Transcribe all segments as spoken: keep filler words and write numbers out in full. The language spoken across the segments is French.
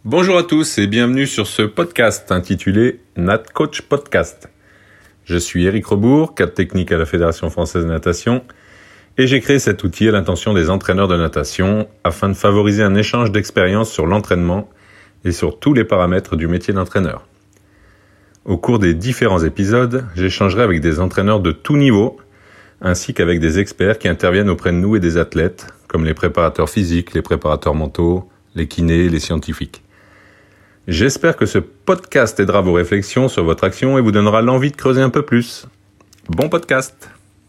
Bonjour à tous et bienvenue sur ce podcast intitulé Nat Coach Podcast. Je suis Éric Rebourg, cadre technique à la Fédération Française de Natation, et j'ai créé cet outil à l'intention des entraîneurs de natation afin de favoriser un échange d'expériences sur l'entraînement et sur tous les paramètres du métier d'entraîneur. Au cours des différents épisodes, j'échangerai avec des entraîneurs de tout niveau, ainsi qu'avec des experts qui interviennent auprès de nous et des athlètes, comme les préparateurs physiques, les préparateurs mentaux, les kinés, les scientifiques. J'espère que ce podcast aidera vos réflexions sur votre action et vous donnera l'envie de creuser un peu plus. Bon podcast.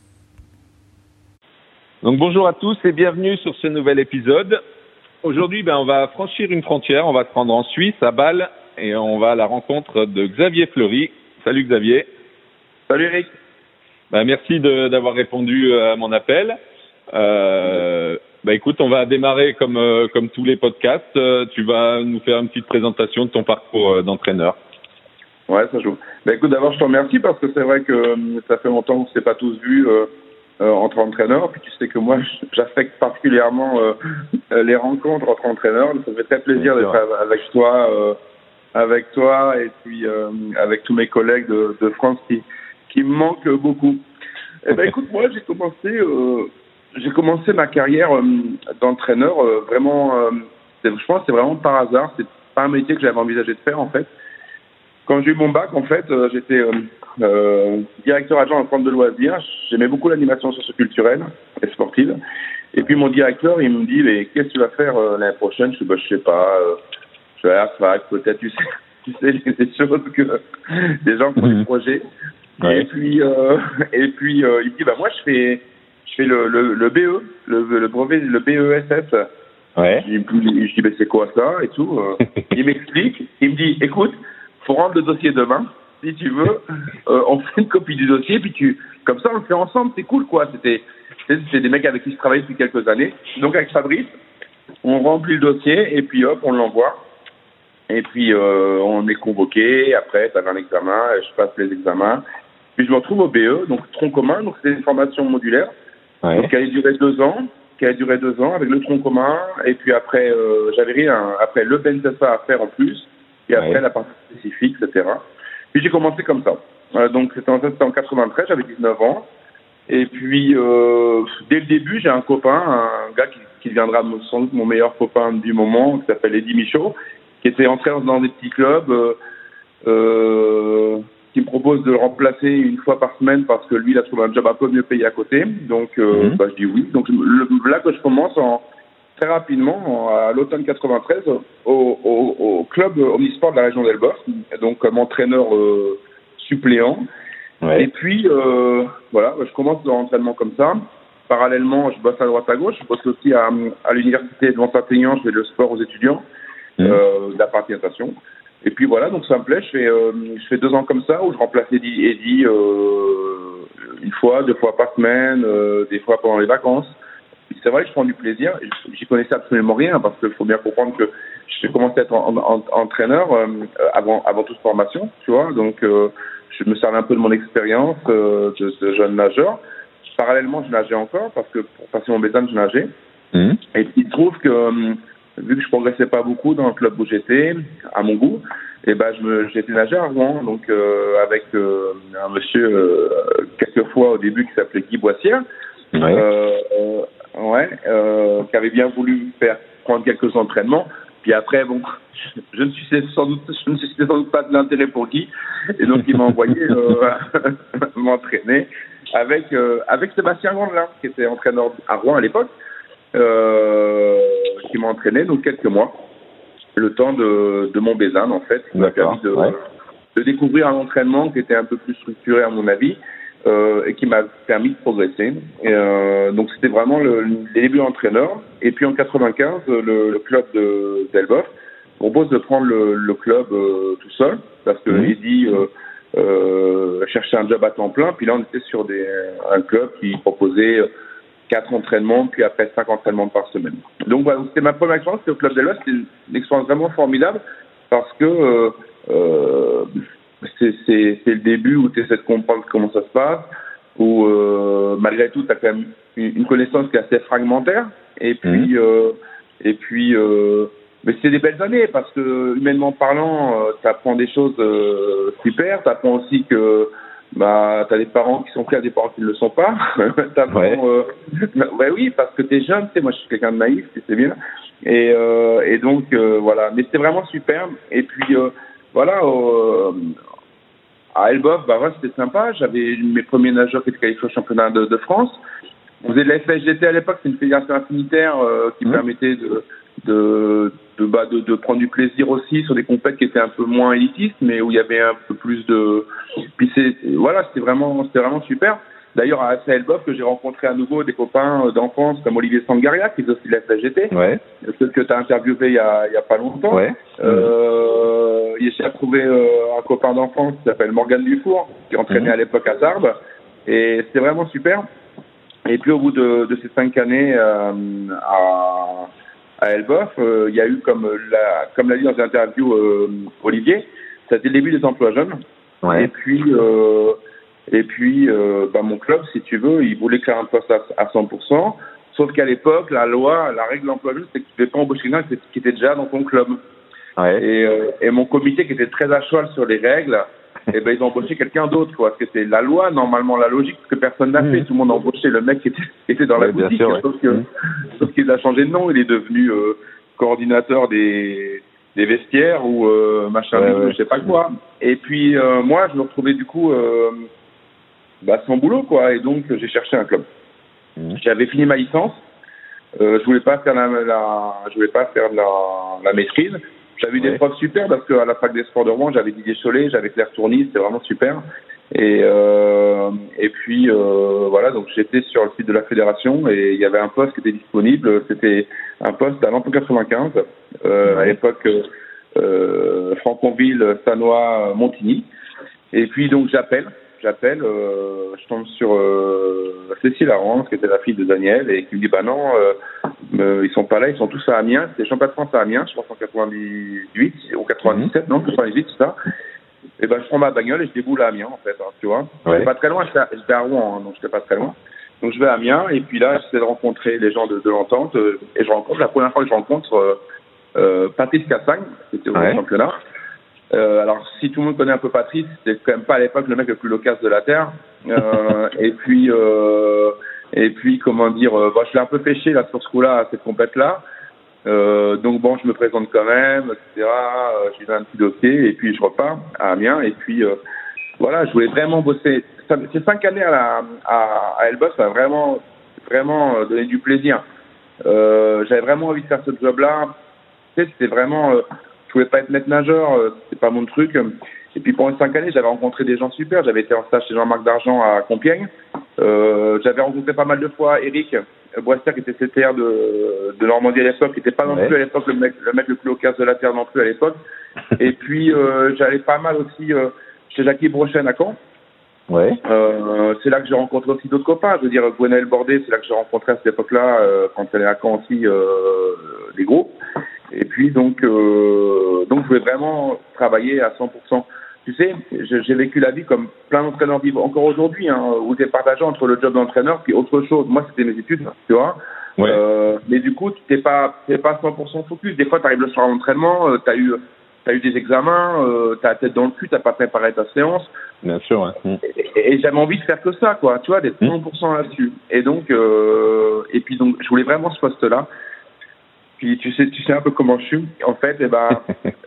Donc bonjour à tous et bienvenue sur ce nouvel épisode. Aujourd'hui, ben, on va franchir une frontière, on va se rendre en Suisse, à Bâle, et on va à la rencontre de Xavier Fleury. Salut Xavier. Salut Eric. Ben, merci de, d'avoir répondu à mon appel. Euh, Bah écoute, on va démarrer comme euh, comme tous les podcasts. Euh, tu vas nous faire une petite présentation de ton parcours euh, d'entraîneur. Ouais, ça joue. Bah écoute, d'abord je te remercie parce que c'est vrai que euh, ça fait longtemps qu'on ne s'est pas tous vus euh, euh, entre entraîneurs. Puis tu sais que moi, j'affecte particulièrement euh, les rencontres entre entraîneurs. Ça me fait très plaisir d'être avec toi, euh, avec toi et puis euh, avec tous mes collègues de, de France qui qui me manquent beaucoup. Eh ben écoute, moi j'ai commencé. Euh, J'ai commencé ma carrière euh, d'entraîneur euh, vraiment, euh, je pense que c'est vraiment par hasard, c'est pas un métier que j'avais envisagé de faire en fait. Quand j'ai eu mon bac en fait, euh, j'étais euh, euh, directeur adjoint en centre de loisirs, j'aimais beaucoup l'animation socioculturelle et sportive. Et puis mon directeur il me dit mais qu'est-ce que tu vas faire euh, l'année prochaine? Je dis bah, je sais pas, euh, je vais à la fac, peut-être tu sais, tu sais des choses que des gens qui ont des projets. Ouais. Et puis euh, et puis euh, il dit bah moi je fais Je fais le, le, le B E, le, le brevet, le B E S S. Ouais. Je dis, je dis, ben c'est quoi ça et tout. Il m'explique. Il me dit, écoute, faut rendre le dossier demain. Si tu veux, euh, on fait une copie du dossier, puis tu, comme ça, on le fait ensemble. C'est cool, quoi. C'était, c'était des mecs avec qui je travaillais depuis quelques années. Donc avec Fabrice, on remplit le dossier et puis hop, on l'envoie. Et puis euh, on est convoqué. Après, t'avais un examen. Je passe les examens. Puis je me retrouve au B E, donc tronc commun. Donc c'était une formation modulaire. Ouais. Donc, qui a duré deux ans, qui a duré deux ans avec le tronc commun, et puis après, euh, j'avais rien, après le Benzasa à faire en plus, et après ouais. la partie spécifique, et cetera. Puis j'ai commencé comme ça. Euh, donc c'était en, c'était en quatre-vingt-treize, j'avais dix-neuf ans, et puis euh, dès le début, j'ai un copain, un gars qui, qui deviendra sans doute mon meilleur copain du moment, qui s'appelle Eddy Michaud, qui était entré dans des petits clubs, euh, euh, qui me propose de le remplacer une fois par semaine parce que lui, il a trouvé un job un peu mieux payé à côté. Donc, euh, mmh. bah, je dis oui. Donc, le, là que je commence en, très rapidement, en, à l'automne quatre-vingt-treize, au, au, au club omnisport de la région d'Elbeuf, donc comme entraîneur euh, suppléant. Ouais. Et puis, euh, voilà, je commence l'entraînement comme ça. Parallèlement, je bosse à droite à gauche. Je bosse aussi à, à l'université de Mont-Saint-Aignan. Je fais le sport aux étudiants, mmh. euh, de la partie natation. Et puis voilà, donc ça me plaît. Je fais, euh, je fais deux ans comme ça où je remplace Eddy, Eddy euh, une fois, deux fois par semaine, euh, des fois pendant les vacances. Et c'est vrai que je prends du plaisir. J'y connaissais absolument rien parce qu'il faut bien comprendre que j'ai commencé à être en, en, en, entraîneur euh, avant, avant toute formation, tu vois. Donc euh, je me servais un peu de mon expérience euh, de, de jeune nageur. Parallèlement, je nageais encore parce que pour passer mon bétane, je nageais. Mmh. Et il se trouve que euh, vu que je progressais pas beaucoup dans le club où j'étais, à mon goût, et ben je me, j'étais nageur à Rouen, donc euh, avec euh, un monsieur euh, quelquefois au début qui s'appelait Guy Boissière, ouais, euh, euh, ouais euh, qui avait bien voulu faire prendre quelques entraînements. Puis après, bon, je ne suis sans doute, je ne suis sans doute pas de l'intérêt pour Guy, et donc il m'a envoyé euh, m'entraîner avec euh, avec Sébastien Grandelin, qui était entraîneur à Rouen à l'époque. Euh, qui m'a entraîné donc quelques mois, le temps de, de mon Bézane en fait, qui m'a permis de, ouais. de découvrir un entraînement qui était un peu plus structuré à mon avis euh, et qui m'a permis de progresser. Et, euh, donc c'était vraiment le, le début d'entraîneur. Et puis en quatre-vingt-quinze, le, le club de d'Elbeuf propose de prendre le, le club euh, tout seul parce que mmh. Eddy euh, euh, cherchait un job à temps plein. Puis là on était sur des, un club qui proposait quatre entraînements, puis après cinq entraînements par semaine. Donc voilà, c'était ma première expérience, c'était au Club d'Elbeuf, c'était une expérience vraiment formidable, parce que euh, euh, c'est, c'est, c'est le début où tu essaies de comprendre comment ça se passe, où euh, malgré tout, tu as quand même une, une connaissance qui est assez fragmentaire, et puis, mmh. euh, et puis euh, mais c'était des belles années parce que humainement parlant, euh, tu apprends des choses euh, super. Tu apprends aussi que bah t'as des parents qui sont fiers, des parents qui ne le sont pas. T'apprends, ouais. Euh, bah oui, parce que t'es jeune. Tu sais, moi je suis quelqu'un de naïf, tu sais bien. Et, euh, et donc euh, voilà. Mais c'était vraiment super. Et puis euh, voilà. Euh, à Elbeuf, bah ouais, c'était sympa. J'avais mes premiers nageurs qui étaient qualifiés au championnat de, de France. On faisait de la F S G T à l'époque, c'est une fédération affinitaire euh, qui mmh. permettait de de de, bah, de de prendre du plaisir aussi sur des compètes qui étaient un peu moins élitistes, mais où il y avait un peu plus de. Puis c'est voilà, c'était vraiment c'était vraiment super. D'ailleurs à Elbeuf que j'ai rencontré à nouveau des copains d'enfance comme Olivier Sangaria qui est aussi de la F S G T, ouais. ceux que tu as interviewé il y a il y a pas longtemps. Ouais. Euh, j'ai trouvé euh, un copain d'enfance qui s'appelle Morgane Dufour qui entraînait mmh. à l'époque à Tarbes et c'était vraiment super. Et puis au bout de, de ces cinq années euh, à, à Elbeuf, euh, il y a eu comme la, comme l'a dit dans une interview euh, Olivier, c'était le début des emplois jeunes. Ouais. Et puis euh, et puis euh, bah, mon club, si tu veux, il voulait créer un poste à, à cent pour cent. Sauf qu'à l'époque, la loi, la règle de l'emploi jeune, c'est que tu ne devais pas embaucher quelqu'un qui était déjà dans ton club. Ouais. Et, euh, et mon comité qui était très à cheval sur les règles. Et ben ils ont embauché quelqu'un d'autre, quoi. Parce que c'est la loi, normalement la logique, parce que personne n'a mmh. fait. Tout le monde a embauché le mec qui était, qui était dans ouais, la boutique. Sûr, ouais. Sauf que, mmh. sauf qu'il a changé de nom. Il est devenu euh, coordinateur des des vestiaires ou euh, machin, ouais, ouais. je sais pas quoi. Et puis euh, moi, je me retrouvais du coup euh, bah, sans boulot, quoi. Et donc j'ai cherché un club. Mmh. J'avais fini ma licence. Euh, je voulais pas faire la, la je voulais pas faire la, la maîtrise. J'avais eu ouais. des profs super parce qu'à la fac des sports de Rouen, j'avais Didier Chollet, j'avais Claire Tourny, c'était vraiment super. Et euh, et puis euh, voilà, donc j'étais sur le site de la fédération et il y avait un poste qui était disponible. C'était un poste à Lampon quatre-vingt-quinze, euh, ouais. à l'époque euh, Franconville, Sanois, Montigny. Et puis donc j'appelle. J'appelle, euh, je tombe sur euh, Cécile Arance, qui était la fille de Daniel, et qui me dit bah non, euh, euh, ils sont pas là, ils sont tous à Amiens. C'était championnat de France à Amiens, je pense en quatre-vingt-dix-huit ou quatre-vingt-dix-sept, mmh. non, quatre-vingt-dix-huit, c'est ça. Et ben je prends ma bagnole et je déboule à Amiens en fait, hein, tu vois. Ouais. J'étais pas très loin, j'étais à, j'étais à Rouen, hein, donc j'étais pas très loin. Donc je vais à Amiens et puis là j'essaie de rencontrer les gens de, de l'entente euh, et je rencontre la première fois que je rencontre euh, euh, Patrice Cassagne, qui était au ouais. championnat. Euh, alors, si tout le monde connaît un peu Patrice, c'était quand même pas à l'époque le mec le plus loquace de la Terre. Euh, et puis, euh, et puis, comment dire, euh, bon, je l'ai un peu pêché là sur ce coup-là, à cette compète-là. Euh, donc bon, je me présente quand même, et cetera. Euh, j'ai un petit dossier et puis je repars à Amiens. Et puis euh, voilà, je voulais vraiment bosser. Ça, ces cinq années à, la, à, à Elbeuf, ça a vraiment, vraiment euh, donné du plaisir. Euh, j'avais vraiment envie de faire ce job-là. Tu sais, c'était vraiment. Euh, Je voulais pas être maître nageur, c'était pas mon truc. Et puis pendant cinq années, j'avais rencontré des gens super. J'avais été en stage chez Jean-Marc Dargent à Compiègne. Euh, j'avais rencontré pas mal de fois Eric Boissière, qui était C T R de, de Normandie à l'époque, qui était pas non ouais. plus à l'époque le mec, le mec le plus loquace de la Terre non plus à l'époque. Et puis euh, j'allais pas mal aussi euh, chez Jackie Brochen à Caen. Ouais. Euh, c'est là que j'ai rencontré aussi d'autres copains. Je veux dire, Gwenaël Bordet, c'est là que j'ai rencontré à cette époque-là, euh, quand elle est à Caen aussi, euh, des groupes. Et puis donc, euh, donc je voulais vraiment travailler à cent pour cent. Tu sais, j'ai vécu la vie comme plein d'entraîneurs vivent encore aujourd'hui, hein, où t'es partagé entre le job d'entraîneur puis autre chose. Moi, c'était mes études, tu vois. Ouais. Euh, mais du coup, tu t'es pas, t'es pas cent pour cent focus. Des fois, t'arrives le soir à l'entraînement, euh, t'as eu, t'as eu des examens, euh, t'as la tête dans le cul, t'as pas préparé ta séance. Bien sûr, ouais. Mmh. Et, et j'avais envie de faire que ça, quoi. Tu vois, d'être cent pour cent là-dessus. Et donc, euh, et puis donc, je voulais vraiment ce poste-là. Puis tu sais, tu sais un peu comment je suis. En fait, eh ben,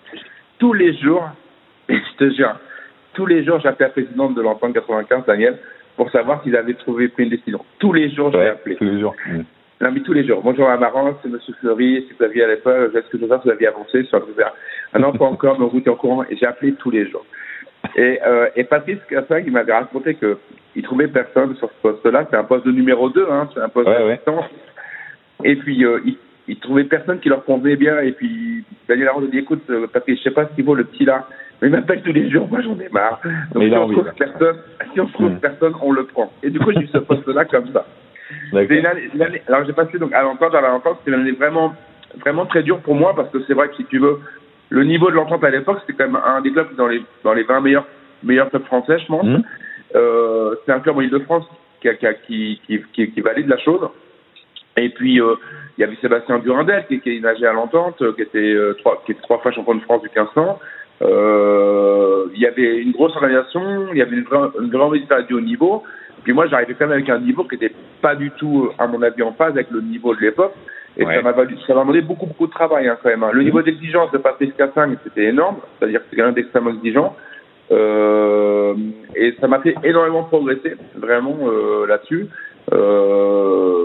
tous les jours, je te jure, tous les jours, j'appelais la présidente de l'Entente quatre-vingt-quinze, Daniel, pour savoir s'ils avaient trouvé pris une décision. Tous les jours, je l'ai ouais, appelé. Tous les jours. Mmh. Non, mais tous les jours. Bonjour à Marance, c'est Monsieur Fleury, si vous aviez à l'époque, est-ce que je veux savoir si vous aviez avancé sur le Ah non, pas encore, mais vous êtes en courant. Et j'ai appelé tous les jours. Et, euh, et Patrice Cassagne, il m'avait raconté qu'il trouvait personne sur ce poste-là. C'est un poste de numéro deux, hein, c'est un poste ouais, d'assistance. Ouais. Et puis, euh, il Ils trouvaient personne qui leur convenait bien. Et puis, Daniel Arnaud dit, écoute, Patrice, je sais pas ce qu'il vaut le petit là. Mais il m'appelle tous les jours. Moi, j'en ai marre. Donc, si on, trouve personne, si on trouve mmh. personne, on le prend. Et du coup, j'ai eu ce poste-là comme ça. C'est une année, une année, alors, j'ai passé donc à l'entente, à l'entente, c'était une année vraiment, vraiment très dure pour moi parce que c'est vrai que si tu veux, le niveau de l'entente à l'époque, c'était quand même un des clubs dans les, dans les vingt meilleurs, meilleurs clubs français, je pense. Mmh. Euh, c'est un club en Ile-de-France qui, qui, qui, qui, qui, qui valide la chose. Et puis, euh, il y avait Sébastien Durandel qui, qui nageait à l'Entente, qui était, euh, trois, qui était trois fois champion de France du quinze cents. Euh, il y avait une grosse organisation, il y avait une, vraie, une grande résultat du haut niveau. Puis moi, j'arrivais quand même avec un niveau qui n'était pas du tout, à mon avis, en phase avec le niveau de l'époque. Et ouais. ça m'a valu, ça m'a demandé beaucoup, beaucoup de travail, hein, quand même. Hein. Le mmh. niveau d'exigence de passer jusqu'à cinq, c'était énorme. C'est-à-dire que c'était quelqu'un d'extrêmement exigeant. Euh, et ça m'a fait énormément progresser, vraiment, euh, là-dessus. Euh,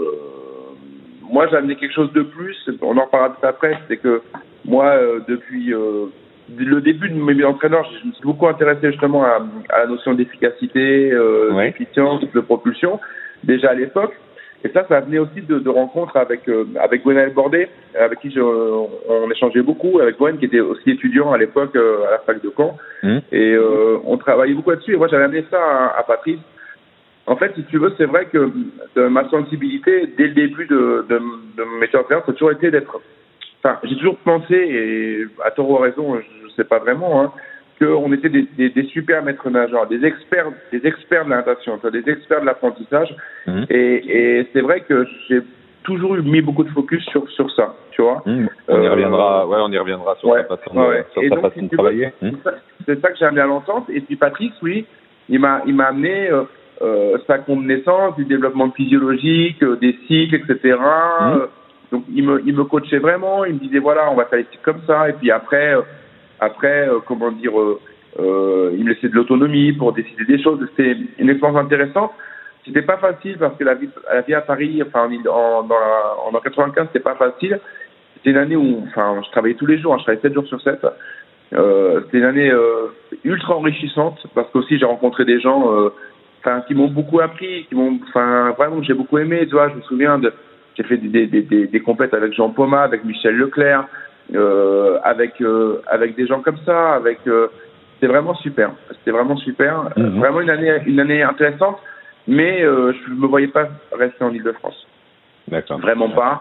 moi, j'ai amené quelque chose de plus. On en reparlera tout après. C'est que moi, euh, depuis euh, le début de mes entraîneurs, je me suis beaucoup intéressé justement à, à la notion d'efficacité, euh, ouais. d'efficience, de propulsion, déjà à l'époque. Et ça, ça venait aussi de, de rencontres avec euh, avec Gwenaël Bordet, avec qui je, on, on échangeait beaucoup, avec Gwen qui était aussi étudiant à l'époque euh, à la fac de Caen. Mmh. Et euh, on travaillait beaucoup là-dessus. Et moi, j'avais amené ça à, à Patrice. En fait, si tu veux, c'est vrai que de ma sensibilité, dès le début de, de, de mon métier d'entraîneur, ça a toujours été d'être... Enfin, j'ai toujours pensé, et à tort ou à raison, je ne sais pas vraiment, hein, qu'on était des, des, des super maîtres nageurs, des experts, des experts de la natation, des experts de l'apprentissage. Mmh. Et, et c'est vrai que j'ai toujours mis beaucoup de focus sur, sur ça, tu vois. Mmh. On y reviendra, euh, ouais, on y reviendra sur ouais, sa façon, ouais. sur et sa donc, façon si de travailler. Veux, mmh. c'est, ça, c'est ça que j'ai amené à l'entente. Et puis Patrice, oui, il m'a, il m'a amené euh, euh, sa connaissance du développement physiologique, euh, des cycles, et cetera. Mmh. Euh, donc il me, il me coachait vraiment. Il me disait voilà, on va faire les cycles comme ça. Et puis après, euh, après, euh, comment dire. Euh, Euh, il me laissait de l'autonomie pour décider des choses. C'était une expérience intéressante. C'était pas facile parce que la vie, la vie à Paris, enfin, en, dans la, en quatre-vingt-quinze, c'était pas facile. C'était une année où, enfin, je travaillais tous les jours, hein, je travaillais sept jours sur sept. Euh, c'était une année euh, ultra enrichissante parce qu'aussi j'ai rencontré des gens, euh, enfin, qui m'ont beaucoup appris, qui m'ont, enfin, vraiment, j'ai beaucoup aimé. Tu vois, je me souviens de, j'ai fait des, des, des, des compètes avec Jean Poma, avec Michel Leclerc, euh, avec, euh, avec des gens comme ça, avec euh, C'était vraiment super. C'était vraiment super. Mmh. Vraiment une année, une année intéressante, mais euh, je ne me voyais pas rester en Île-de-France. D'accord. Vraiment pas.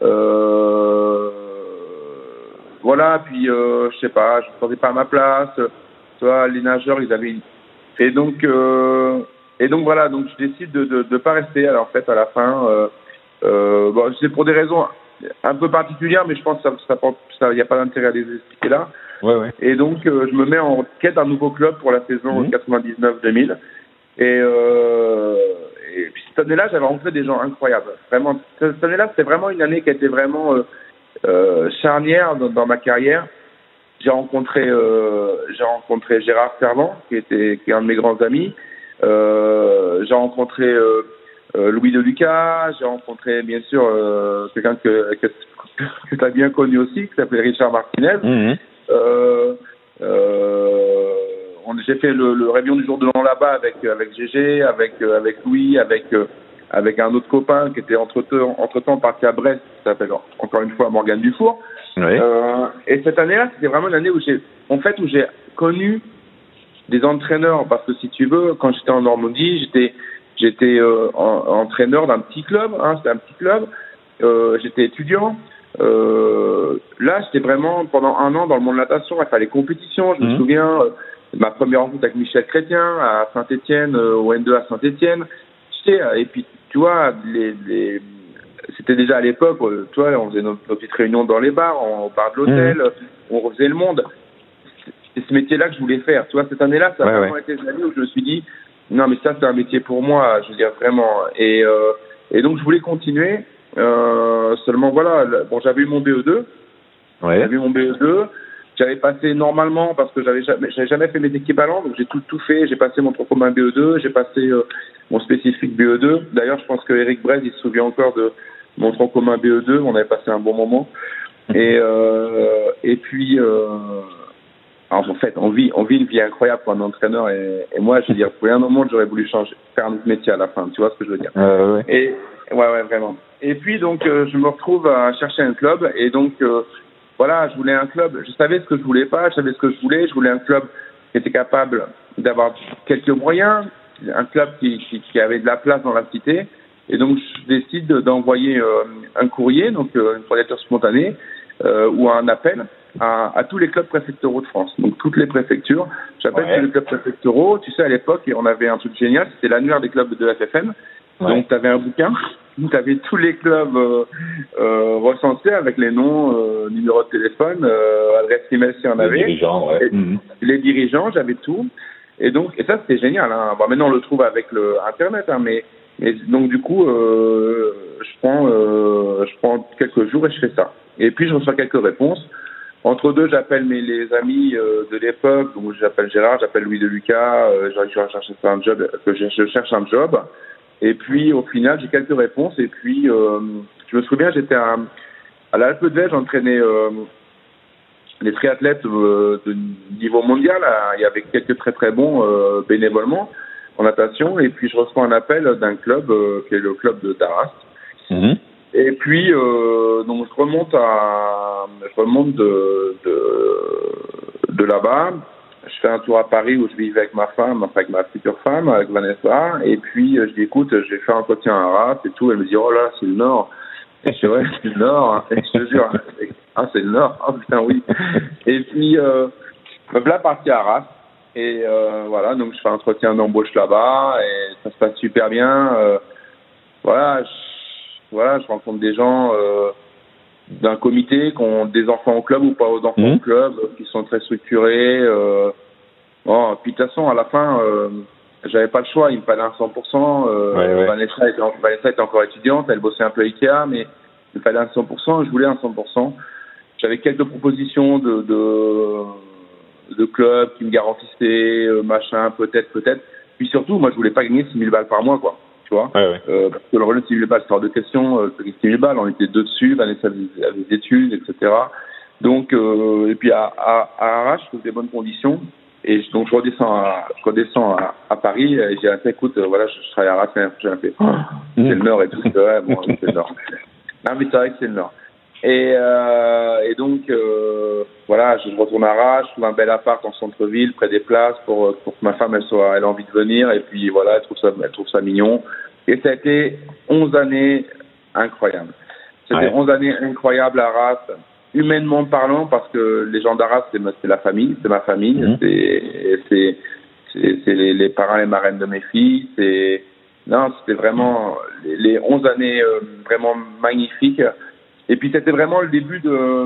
Euh, voilà, puis euh, je sais pas, je ne me sentais pas à ma place. Tu vois, les nageurs, ils avaient une... Et donc, euh, et donc voilà, donc je décide de de, de pas rester. Alors en fait, à la fin, euh, euh, bon, c'est pour des raisons un peu particulières, mais je pense que ça, ça, il n'y a pas d'intérêt à les expliquer là. Ouais, ouais. Et donc, euh, je me mets en quête d'un nouveau club pour la saison mmh. quatre-vingt-dix-neuf deux mille. Et, euh, et puis cette année-là, j'avais rencontré des gens incroyables. Vraiment, cette année-là, c'était vraiment une année qui a été vraiment euh, euh, charnière dans, dans ma carrière. J'ai rencontré, euh, j'ai rencontré Gérard Servant, qui était, qui est un de mes grands amis. Euh, j'ai rencontré euh, euh, Louis Deluca. J'ai rencontré, bien sûr, euh, quelqu'un que, que, que tu as bien connu aussi, qui s'appelait Richard Martinez. Mmh. Euh, euh, on, j'ai fait le, le réveillon du jour de l'an là-bas avec avec Gégé, avec avec Louis, avec avec un autre copain qui était entre temps entre temps parti à Brest, qui s'appelle encore une fois Morgane Dufour. Oui. Euh, et cette année-là, c'était vraiment une année où j'ai en fait où j'ai connu des entraîneurs, parce que si tu veux, quand j'étais en Normandie, j'étais j'étais euh, en, entraîneur d'un petit club, hein, c'était un petit club. Euh, j'étais étudiant. Euh, là, j'étais vraiment pendant un an dans le monde de la natation, à faire les compétitions. Je me mmh. souviens euh, de ma première rencontre avec Michel Chrétien à Saint-Étienne, euh, au N deux à Saint-Étienne. Tu sais, et puis tu vois, les, les... c'était déjà à l'époque, euh, tu vois, on faisait nos, nos petites réunions dans les bars, on, au bar de l'hôtel, mmh. on refaisait le monde. C'est ce métier-là que je voulais faire. Tu vois, cette année-là, ça a ouais, vraiment ouais. été une année où je me suis dit, non, mais ça, c'est un métier pour moi. Je veux dire vraiment. Et euh, et donc, je voulais continuer. Euh, seulement voilà, bon, j'avais eu mon B E deux, ouais. j'avais eu mon B E deux, j'avais passé normalement parce que j'avais jamais, j'avais jamais fait mes équivalents, donc j'ai tout tout fait, j'ai passé mon tronc commun B E deux, j'ai passé euh, mon spécifique B E deux. D'ailleurs, je pense que Eric Brez, il se souvient encore de mon tronc commun B E deux, on avait passé un bon moment. Et euh, et puis euh, alors, en fait, on vit on vit une vie incroyable pour un entraîneur et, et moi, je veux dire, pour rien au monde, j'aurais voulu changer, faire un autre métier à la fin, tu vois ce que je veux dire. Euh, ouais. Et ouais ouais vraiment. Et puis donc euh, je me retrouve à chercher un club et donc euh, voilà, je voulais un club, je savais ce que je voulais pas, je savais ce que je voulais, je voulais un club qui était capable d'avoir quelques moyens, un club qui, qui, qui avait de la place dans la cité et donc je décide d'envoyer euh, un courrier, donc euh, une candidature spontanée euh, ou un appel à, à tous les clubs préfectoraux de France, donc toutes les préfectures, j'appelle ouais. tous les clubs préfectoraux, tu sais à l'époque on avait un truc génial, c'était l'annuaire des clubs de la F F N. Ouais. Donc, tu avais un bouquin, tu avais tous les clubs euh, euh, recensés avec les noms, euh, numéro de téléphone, euh, adresse email si on avait. Les dirigeants, ouais. Mmh. Les dirigeants, j'avais tout. Et donc, et ça c'était génial. Hein. Bon, maintenant on le trouve avec le Internet, hein, mais, mais donc du coup, euh, je prends, euh, je prends quelques jours et je fais ça. Et puis je reçois quelques réponses. Entre deux, j'appelle mes les amis euh, de l'époque. Donc j'appelle Gérard, j'appelle Louis de Lucas. Euh, je, je cherche un job, que je, je cherche un job. Et puis au final, j'ai quelques réponses. Et puis euh, je me souviens, j'étais à, à l'Alpe d'Huez, j'entraînais euh, les triathlètes euh, de niveau mondial. Il y avait quelques très très bons euh, bénévolement en natation. Et puis je reçois un appel d'un club euh, qui est le club de d'Arras. Mmh. Et puis euh, donc je remonte à je remonte de de, de là-bas. Je fais un tour à Paris où je vivais avec ma femme, enfin avec ma future femme, avec Vanessa. Et puis je dis écoute, j'ai fait un entretien à Arras et tout. Elle me dit oh là c'est le Nord. Et je dis ouais c'est le Nord. Et je te jure ah c'est le Nord. Ah putain oui. Et puis euh, me voilà parti à Arras. Et euh, voilà donc je fais un entretien d'embauche là-bas et ça se passe super bien. Euh, voilà. Je, Voilà, je rencontre des gens euh, d'un comité qui ont des enfants au club ou pas aux enfants mmh. au club, qui sont très structurés. Euh, bon, puis de toute façon, à la fin, euh, j'avais pas le choix, il me fallait un cent pour cent. Euh, ouais, ouais. Vanessa, était, Vanessa était encore étudiante, elle bossait un peu à Ikea, mais il me fallait un cent pour cent, je voulais un cent pour cent. J'avais quelques propositions de, de, de clubs qui me garantissaient euh, machin, peut-être, peut-être. Puis surtout, moi, je voulais pas gagner six mille balles par mois, quoi. Tu vois, ouais, ouais. Euh, parce que le relais de six mille balles, c'est hors de question, euh, c'est six mille balles, on était deux dessus, Vanessa avait des études, et cetera. Donc, euh, et puis à, à, à Arras, je trouve des bonnes conditions. Et je, donc, je redescends à, je redescends à, à Paris, et j'ai dit, écoute, euh, voilà, je, je travaille à Arras, j'ai un fait, oh, c'est le Nord et tout, c'est vrai, bon, c'est le Nord. Non, mais c'est vrai que c'est le Nord. Et, euh, et donc, euh, voilà, je retourne à Arras, je trouve un bel appart en centre-ville, près des places, pour, pour que ma femme, elle soit, elle a envie de venir, et puis voilà, elle trouve ça, elle trouve ça mignon. Et ça a été onze années incroyables. C'était ouais. onze années incroyables à Arras, humainement parlant, parce que les gens d'Arras, c'est, c'est la famille, c'est ma famille, mmh. c'est, c'est, c'est, c'est les, les parents et marraines de mes filles, c'est, non, c'était vraiment les, les onze années euh, vraiment magnifiques. Et puis c'était vraiment le début de,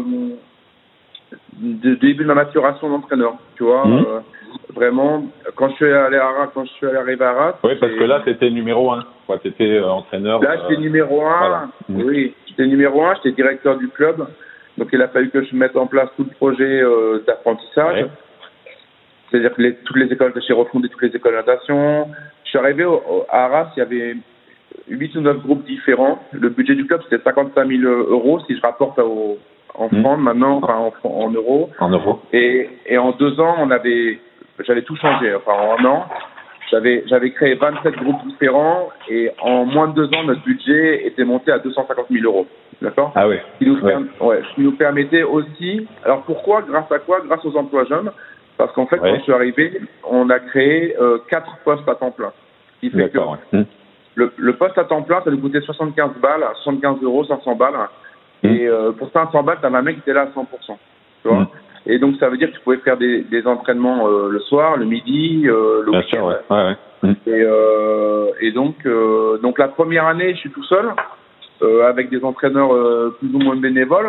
de, de début de ma maturation d'entraîneur, tu vois. Mmh. Euh, vraiment, quand je suis allé à Arras, quand je suis allé à Arras. Oui, parce que là, c'était numéro un. Quoi, t'étais euh, entraîneur. Là, j'étais euh... numéro un. Voilà. Mmh. Oui, j'étais numéro un. J'étais directeur du club. Donc, il a fallu que je mette en place tout le projet euh, d'apprentissage. Ouais. C'est-à-dire que les, toutes les écoles, j'ai refondé toutes les écoles de natation. Je suis arrivé au, au, à Arras, il y avait huit ou neuf groupes différents. Le budget du club, c'était cinquante-cinq mille euros si je rapporte au, en mmh. francs maintenant, enfin en, en euros. En euros. Et, et en deux ans, on avait, j'avais tout changé. Enfin, en un an, j'avais, j'avais créé vingt-sept groupes différents et en moins de deux ans, notre budget était monté à deux cent cinquante mille euros. D'accord ? Ah oui. Ce qui nous, ouais. perm- ouais, ce qui nous permettait aussi. Alors pourquoi ? Grâce à quoi ? Grâce aux emplois jeunes. Parce qu'en fait, ouais. quand je suis arrivé, on a créé euh, quatre postes à temps plein. Ce qui fait D'accord, que ouais. le, le poste à temps plein, ça nous coûtait soixante-quinze balles, soixante-quinze euros, cinq cents balles. Mmh. Et euh, pour cinq cents balles, t'avais un mec qui était là à cent pour cent. Tu vois ? Mmh. Et donc, ça veut dire que tu pouvais faire des, des entraînements euh, le soir, le midi, euh, le Bien week-end. Sûr, ouais. Ouais, ouais. Mmh. Et, euh, et donc, euh, donc, la première année, je suis tout seul, euh, avec des entraîneurs euh, plus ou moins bénévoles.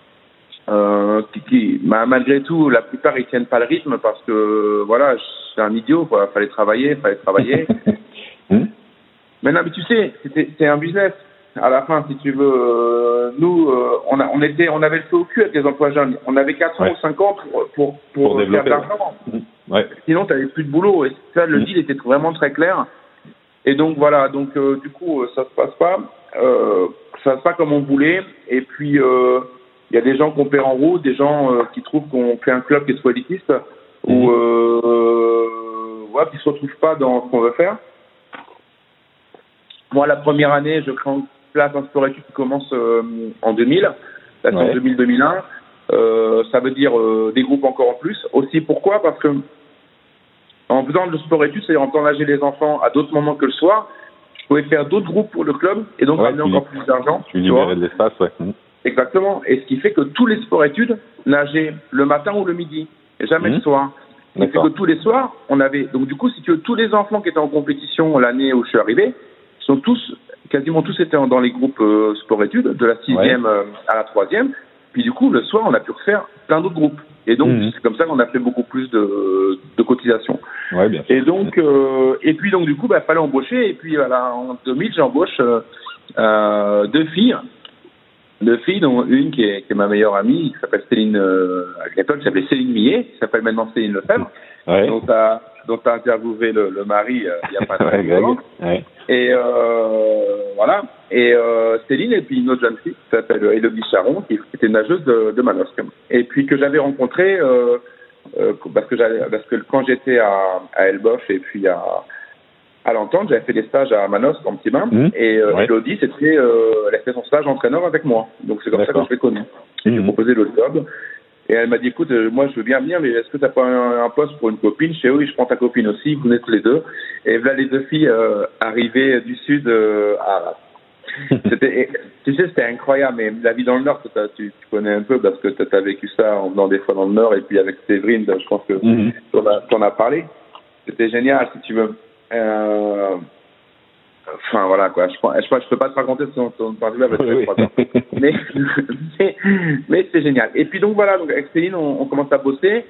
Euh, qui, qui bah, malgré tout, la plupart ils tiennent pas le rythme parce que voilà, je suis un idiot quoi. Fallait travailler, fallait travailler. mmh. Mais non, mais tu sais, c'était, c'est un business. À la fin, si tu veux, euh, nous, euh, on a, on était, on avait le feu au cul avec les emplois jeunes. On avait quatre ans ouais. ou cinq ans pour pour pour, pour faire de l'argent. Mmh. Ouais. Sinon, t'avais plus de boulot. Et ça, le mmh. deal était vraiment très clair. Et donc voilà, donc euh, du coup, ça se passe pas, euh, ça se passe pas comme on voulait. Et puis euh, il y a des gens qu'on perd en route, des gens euh, qui trouvent qu'on fait un club qui est trop élitiste, mmh. ou euh, ouais, qui se retrouvent pas dans ce qu'on veut faire. Moi, la première année, je crée en place un sport-études qui commence euh, en deux mille, la saison ouais. deux mille deux mille un. Euh, ça veut dire euh, des groupes encore en plus. Aussi, pourquoi ? Parce que en faisant le sport-études, c'est-à-dire en engager les enfants à d'autres moments que le soir, je pouvais faire d'autres groupes pour le club et donc ouais, amener encore plus d'argent. Tu libérais de l'espace, ouais. Mmh. Exactement. Et ce qui fait que tous les sports-études nageaient le matin ou le midi, et jamais mmh. le soir. Ce qui fait que tous les soirs, on avait... Donc du coup, si tu veux, tous les enfants qui étaient en compétition l'année où je suis arrivé, sont tous quasiment tous étaient dans les groupes euh, sport-études, de la sixième ouais. euh, à la troisième. Puis du coup, le soir, on a pu refaire plein d'autres groupes. Et donc, mmh. c'est comme ça qu'on a fait beaucoup plus de, de cotisations. Ouais, bien sûr. Et donc, euh, et puis donc du coup, bah, fallait embaucher. Et puis voilà, en deux mille, j'embauche euh, euh, deux filles, deux filles, dont une qui est, qui est ma meilleure amie, qui s'appelle Céline euh, à l'époque, qui s'appelait Céline Millet, qui s'appelle maintenant Céline Lefebvre, ouais. dont t'as dont t'as interviewé le, le mari euh, il y a pas très longtemps. Ouais. Et euh, voilà. Et euh, Céline, et puis une autre jeune fille qui s'appelle Élodie Charon, qui était nageuse de, de Manosque. Et puis que j'avais rencontré, euh, euh, parce que j'avais, parce que quand j'étais à, à Elbof et puis à, à l'Entente, j'avais fait des stages à Manosque en petit bain. Mmh. Et euh, ouais. Élodie, c'était, euh, elle a fait son stage entraîneur avec moi. Donc c'est comme D'accord. ça que je l'ai connue. Et mmh. j'ai proposé le job. Et elle m'a dit, écoute, euh, moi je veux bien venir, mais est-ce que t'as pas un, un poste pour une copine? Je sais, oui, je prends ta copine aussi, vous êtes tous les deux. Et voilà les deux filles euh, arrivées du sud euh, à Arras. C'était, tu sais, c'était incroyable, mais la vie dans le Nord, tu, tu connais un peu parce que tu as vécu ça en venant des fois dans le Nord, et puis avec Séverine, je pense que mm-hmm. tu en as, t'en as parlé. C'était génial, si tu veux. Euh, Enfin, voilà, quoi. Je ne je, je peux pas te raconter ton, ton point de vue avec oui, oui. mais, mais, mais c'est génial. Et puis, donc, voilà, donc, avec Céline, on, on commence à bosser.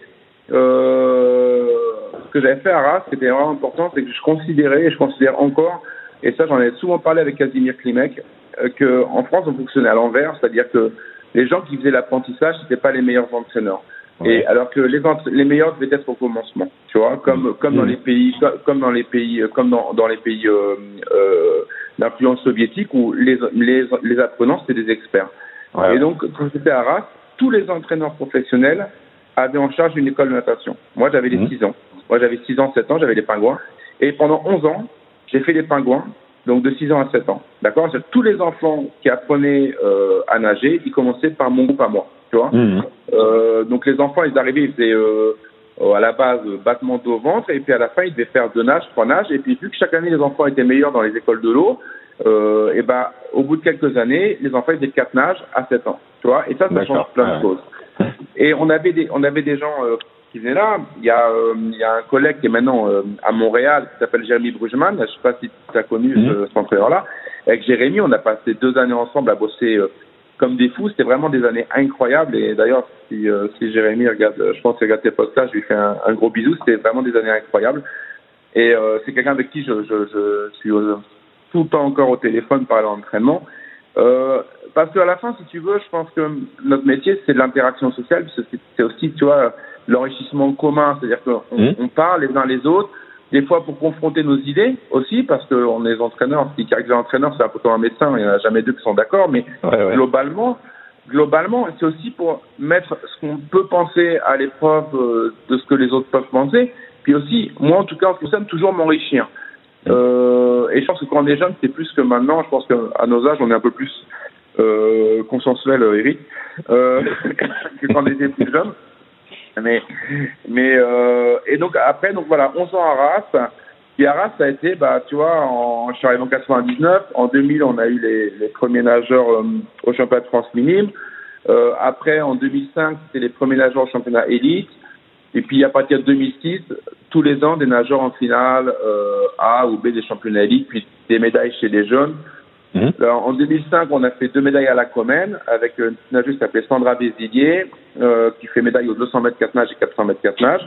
Euh, ce que j'avais fait à Arras, c'était vraiment important, c'est que je considérais, et je considère encore, et ça, j'en ai souvent parlé avec Casimir Klimek, euh, qu'en France, on fonctionnait à l'envers, c'est-à-dire que les gens qui faisaient l'apprentissage, c'était pas les meilleurs entraîneurs. Ouais. Et alors que les, les meilleurs devaient être au commencement, tu vois, comme mmh. comme dans les pays, comme dans les pays, comme dans dans les pays euh, euh, d'influence soviétique où les les les apprenants c'était des experts. Ouais. Et donc quand j'étais à Arras, tous les entraîneurs professionnels avaient en charge une école de natation. Moi j'avais les mmh. six ans. Moi j'avais six ans, sept ans, j'avais les pingouins. Et pendant onze ans, j'ai fait les pingouins, donc de six ans à sept ans. D'accord ? C'est tous les enfants qui apprenaient euh, à nager, ils commençaient par mon groupe à moi. Tu vois mmh. euh, donc les enfants, ils arrivaient, ils faisaient euh, à la base battement d'eau au ventre, et puis à la fin, ils devaient faire deux nages, trois nages, et puis vu que chaque année, les enfants étaient meilleurs dans les écoles de l'eau, euh, et ben au bout de quelques années, les enfants, ils faisaient quatre nages à sept ans. Tu vois et ça, ça change plein ouais. de choses. Et on avait des, on avait des gens euh, qui venaient là. Il y a, euh, il y a un collègue qui est maintenant euh, à Montréal, qui s'appelle Jérémy Bruggeman. Je sais pas si tu as connu mmh. ce, cet entraîneur-là. Avec Jérémy, on a passé deux années ensemble à bosser euh, comme des fous. C'était vraiment des années incroyables. Et d'ailleurs, si, euh, si Jérémy regarde, je pense qu'il regarde tes podcasts, je lui fais un, un gros bisou. C'était vraiment des années incroyables. Et euh, c'est quelqu'un avec qui je, je, je, je suis euh, tout le temps encore au téléphone par l'entraînement. Euh, parce qu'à la fin, si tu veux, je pense que notre métier, c'est de l'interaction sociale. C'est, c'est aussi, tu vois, l'enrichissement commun. C'est-à-dire qu'on mmh. on parle les uns les autres. Des fois pour confronter nos idées aussi, parce qu'on est entraîneurs. Ce qui caractérise un entraîneur, c'est un peu comme un médecin. Il n'y en a jamais deux qui sont d'accord. Mais ouais, ouais. globalement, globalement, c'est aussi pour mettre ce qu'on peut penser à l'épreuve de ce que les autres peuvent penser. Puis aussi, moi en tout cas, en ça, toujours m'enrichir. Euh, et je pense que quand on est jeune, c'est plus que maintenant. Je pense qu'à nos âges, on est un peu plus euh, consensuel, Eric, euh, que quand on était plus jeune. Mais, mais euh, et donc après, donc voilà, onze ans à Arras. Puis Arras, ça a été, bah, tu vois, en, je suis arrivé en quatre-vingt-dix-neuf. En deux mille, on a eu les, les premiers nageurs euh, au championnat de France minime. Euh, après, en deux mille cinq, c'était les premiers nageurs au championnat élite. Et puis à partir de deux mille six, tous les ans, des nageurs en finale euh, A ou B des championnats élite, puis des médailles chez les jeunes. Mmh. Alors, en deux mille cinq, on a fait deux médailles à la Comène avec une nageuse qui s'appelait Sandra Bézillier, euh, qui fait médaille aux deux cents mètres quatre nages et quatre cents mètres quatre nages.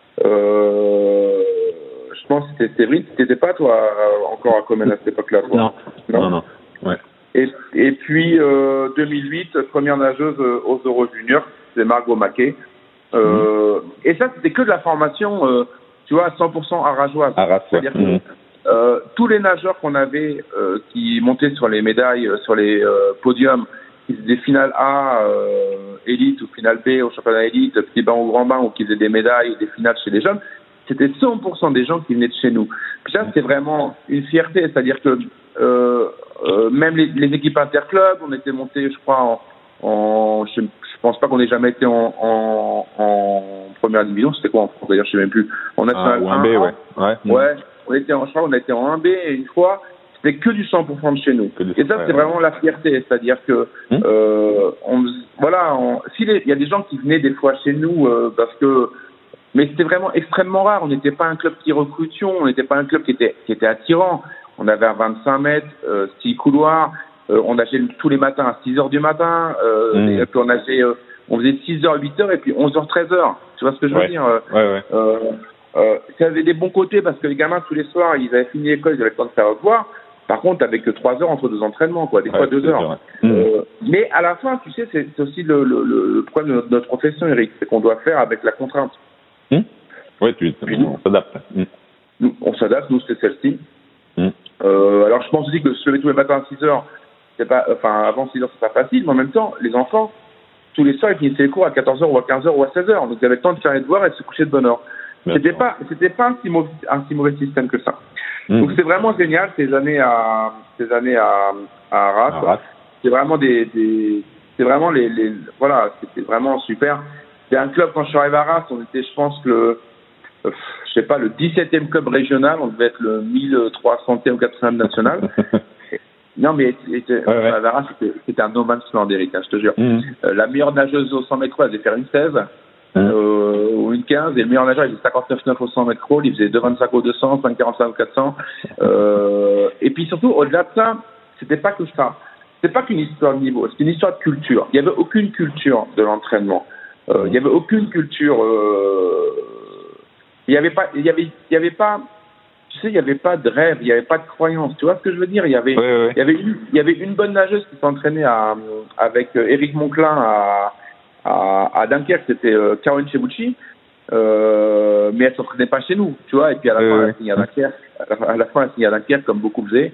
Euh, je pense que c'était Séverine. Tu n'étais pas, toi, encore à Comène à cette époque-là, toi? Non. Non, non. non. Ouais. Et, et puis, euh, deux mille huit, première nageuse aux Euro Juniors, c'est Margot Maquet. Euh, mmh. Et ça, c'était que de la formation, euh, tu vois, cent pour cent arageoise. Arras, c'est-à-dire ouais. que euh, tous les nageurs qu'on avait euh, qui montaient sur les médailles, euh, sur les euh, podiums, qui faisaient des finales A, euh, élite ou finale B au championnat élite, petit bain ou grand bain, ou qui faisaient des médailles ou des finales chez les jeunes, c'était cent pour cent des gens qui venaient de chez nous. Puis ça, c'était vraiment une fierté, c'est-à-dire que euh, euh, même les, les équipes interclubs, on était montés, je crois, en, en je, je pense pas qu'on ait jamais été en, en, en première division. C'était quoi en France d'ailleurs, je sais même plus. On a ah, ou un B, ouais. Ouais. Ouais. On était en, je crois, on a été en un B et une fois, c'était que du cent pour cent de chez nous. Et ça, c'est vraiment la fierté, c'est-à-dire que, hum. euh, on, voilà, on, s'il y a des gens qui venaient des fois chez nous euh, parce que, mais c'était vraiment extrêmement rare. On n'était pas un club qui recrutions, on n'était pas un club qui était qui était attirant. on avait un vingt-cinq mètres, euh, six couloirs, euh, on nageait tous les matins à six heures du matin, euh, mmh. et puis on nageait, euh, on faisait six heures, huit heures, et puis onze heures, treize heures. Tu vois ce que je veux ouais. dire? Ouais, ouais. Euh, euh, ça avait des bons côtés parce que les gamins, tous les soirs, ils avaient fini l'école, ils avaient le temps de faire revoir. Par contre, avec que trois heures entre deux entraînements, quoi, des ouais, fois deux heures. Mmh. Euh, mais à la fin, tu sais, c'est, c'est aussi le, le, le problème de notre, notre profession, Eric, c'est qu'on doit faire avec la contrainte. Mmh. Oui, tu, puis, on s'adapte. Mmh. Nous, on s'adapte, nous, c'est celle-ci. Mmh. Euh, alors, je pense aussi que se lever tous les matins à six heures, c'est pas, enfin, avant six heures, c'est pas facile, mais en même temps, les enfants, tous les soirs, ils finissaient les cours à quatorze heures ou à quinze heures ou à seize heures. Donc, ils avaient le temps de faire les devoirs et de se coucher de bonne heure. Bien c'était sûr. pas, c'était pas un si mauvais, un si mauvais système que ça. Mmh. Donc, c'est vraiment génial, ces années à, ces années à, à Arras. À Arras. C'est vraiment des, des, c'est vraiment les, les, voilà, c'était vraiment super. C'est un club, quand je suis arrivé à Arras, on était, je pense, que le, euh, je sais pas, le dix-septième club régional, on devait être le mille trois centième ou quatre centième national. Non, mais c'était, ouais, ouais. À Arras, c'était, c'était un no man's land, Eric, hein, je te jure. Mmh. Euh, la meilleure nageuse au cent mètres, elle devait faire une seize. Mmh. Euh, ou une quinze, et le meilleur nageur il faisait cinquante-neuf virgule neuf au cent mètres crawl, il faisait deux vingt-cinq au deux cents, cinq quarante-cinq au quatre cents, euh, et puis surtout au-delà de ça, c'était pas que ça, c'était pas qu'une histoire de niveau, c'était une histoire de culture. Il y avait aucune culture de l'entraînement, euh, il y avait aucune culture, euh, il y avait pas, il y avait, il y avait pas, tu sais, il y avait pas de rêve, il y avait pas de croyance, tu vois ce que je veux dire? Il y avait, oui, oui. il y avait une, il y avait une bonne nageuse qui s'entraînait à, avec Éric Monclin à À, à Dunkerque, c'était euh, Caroline Chebucci, euh, mais elle s'entraînait pas chez nous, tu vois. Et puis à la euh, fin, elle a signé à Dunkerque. À la, à la fin, elle a signé à Dunkerque, comme beaucoup faisaient.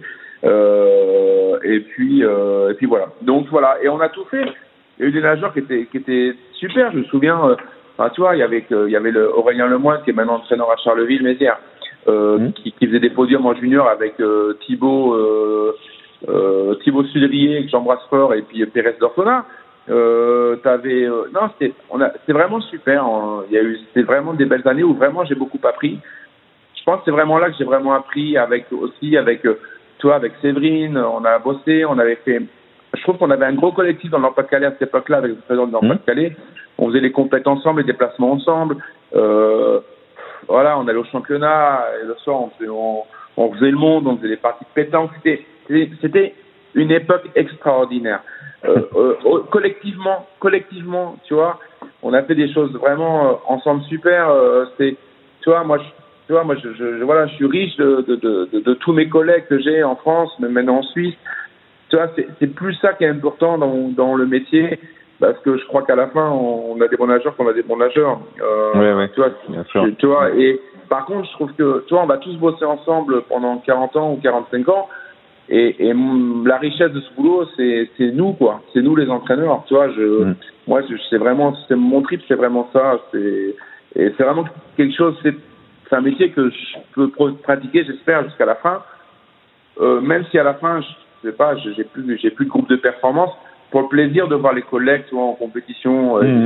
Euh, et puis, euh, et puis voilà. Donc voilà. Et on a tout fait. Il y a eu des nageurs qui étaient, qui étaient super. Je me souviens. Euh, enfin, tu vois, il y avait, il y avait le Aurélien Lemoine qui est maintenant entraîneur à Charleville-Mézières, euh, mmh. qui, qui faisait des podiums en junior avec euh, Thibaut, euh, euh, Thibaut Sudrier que j'embrasse fort, et puis Pérez Dortona. Euh, t'avais, euh, non, c'était, on a, c'était vraiment super. Hein. Il y a eu, c'était vraiment des belles années où vraiment j'ai beaucoup appris. Je pense que c'est vraiment là que j'ai vraiment appris avec aussi avec euh, toi, avec Séverine. On a bossé, on avait fait. Je trouve qu'on avait un gros collectif dans le Nord-Pas-de-Calais à cette époque-là avec le président du Nord-Pas-de-Calais. Mmh. On faisait les compètes ensemble, les déplacements ensemble. Euh, voilà, on allait au championnat et le soir on faisait, on, on faisait le monde, on faisait les parties de pétanque. C'était, c'était, c'était une époque extraordinaire. Euh, euh, collectivement, collectivement, tu vois, on a fait des choses vraiment euh, ensemble super. Euh, c'est, tu vois, moi, je, tu vois, moi, je, je, voilà, je suis riche de, de, de, de, de tous mes collègues que j'ai en France, mais maintenant en Suisse. Tu vois, c'est, c'est plus ça qui est important dans, dans le métier, parce que je crois qu'à la fin, on a des bons nageurs, qu'on a des bons nageurs. Euh, oui, oui, tu vois, bien sûr. Tu vois, et par contre, je trouve que, tu vois, on va tous bosser ensemble pendant quarante ans ou quarante-cinq ans. Et, et la richesse de ce boulot, c'est, c'est nous, quoi. C'est nous, les entraîneurs. Tu vois, je, mmh. moi, je, c'est vraiment, c'est mon trip, c'est vraiment ça. C'est, et c'est vraiment quelque chose, c'est, c'est un métier que je peux pratiquer, j'espère, jusqu'à la fin. Euh, même si à la fin, je sais pas, j'ai plus, j'ai plus de groupe de performance, pour le plaisir de voir les collègues, tu vois, en compétition, mmh.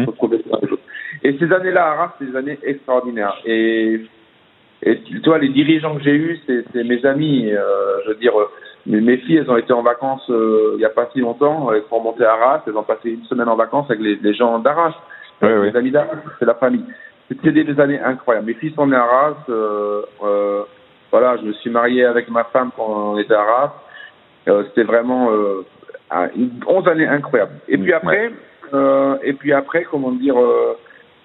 et, et ces années-là à Arras, c'est des années extraordinaires. Et, et tu vois, les dirigeants que j'ai eus, c'est, c'est mes amis, euh, je veux dire, Mais mes filles, elles ont été en vacances euh, il n'y a pas si longtemps. Elles sont remontées à Arras. Elles ont passé une semaine en vacances avec les, les gens d'Arras. Oui, les oui. amis d'Arras, c'est la famille. C'était des, des années incroyables. Mes filles sont nées à Arras. Euh, euh, voilà, je me suis marié avec ma femme quand on était à Arras. Euh, c'était vraiment euh, une, onze années incroyables. Et puis après, ouais. euh, et puis après, comment dire, euh,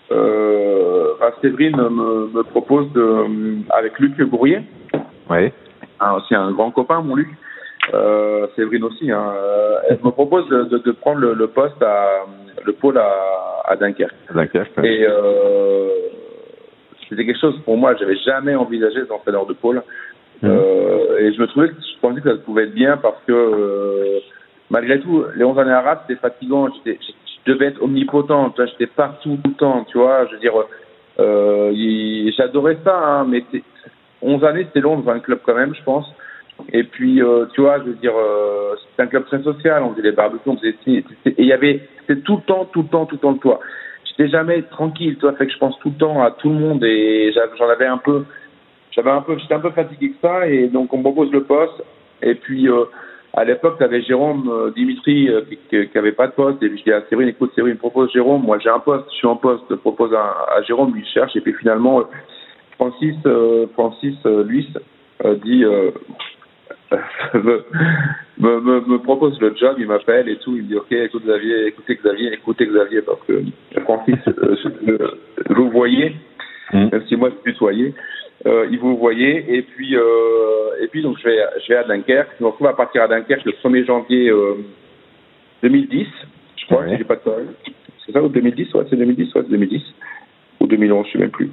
euh, bah, Séverine me, me propose de, avec Luc Bourrier. Oui. Hein, c'est un grand copain, mon Luc. Euh, Séverine aussi. Hein. Elle me propose de, de, de prendre le, le poste à le pôle à, à Dunkerque. Dunkerque. Et euh, c'était quelque chose pour moi. J'avais jamais envisagé d'être entraîneur de pôle. Mmh. Euh, et je me trouvais que je pensais que ça pouvait être bien parce que euh, malgré tout, les onze années à Arras, c'était fatigant. J'étais, je devais être omnipotent. Tu vois, j'étais partout tout le temps. Tu vois, je veux dire, euh, j'adorais ça, hein, mais onze années, c'était long dans un club quand même, je pense. Et puis, euh, tu vois, je veux dire, euh, c'était un club très social, on faisait les barbecues, on faisait... Et il y avait... C'était tout le temps, tout le temps, tout le temps de toi. J'étais jamais tranquille, toi, fait que je pense tout le temps à tout le monde et j'en avais un peu... J'avais un peu... J'étais un peu fatigué que ça et donc on me propose le poste. Et puis, euh, à l'époque, tu avais Jérôme euh, Dimitri euh, qui, qui avait pas de poste. Et puis je dis à Séverine, écoute, Séverine, propose Jérôme. Moi, j'ai un poste, je suis en poste, je propose à, à Jérôme, lui, il cherche. Et puis finalement, euh, Francis, euh, Francis euh, Luis euh, dit... Euh, me, me, me, me propose le job, il m'appelle et tout, il me dit ok, écoute Xavier, écoutez Xavier, écoutez Xavier, parce que Francis, euh, euh, vous voyez, mmh. même si moi je suis tutoyé, euh, il vous voyez, et puis euh, et puis donc je vais je vais à Dunkerque, je me retrouve à partir à Dunkerque le premier janvier euh, deux mille dix, je crois, ouais. si j'ai pas de conneries. C'est ça ou deux mille dix, ouais, c'est deux mille dix, ouais, c'est deux mille dix ou deux mille onze, je sais même plus.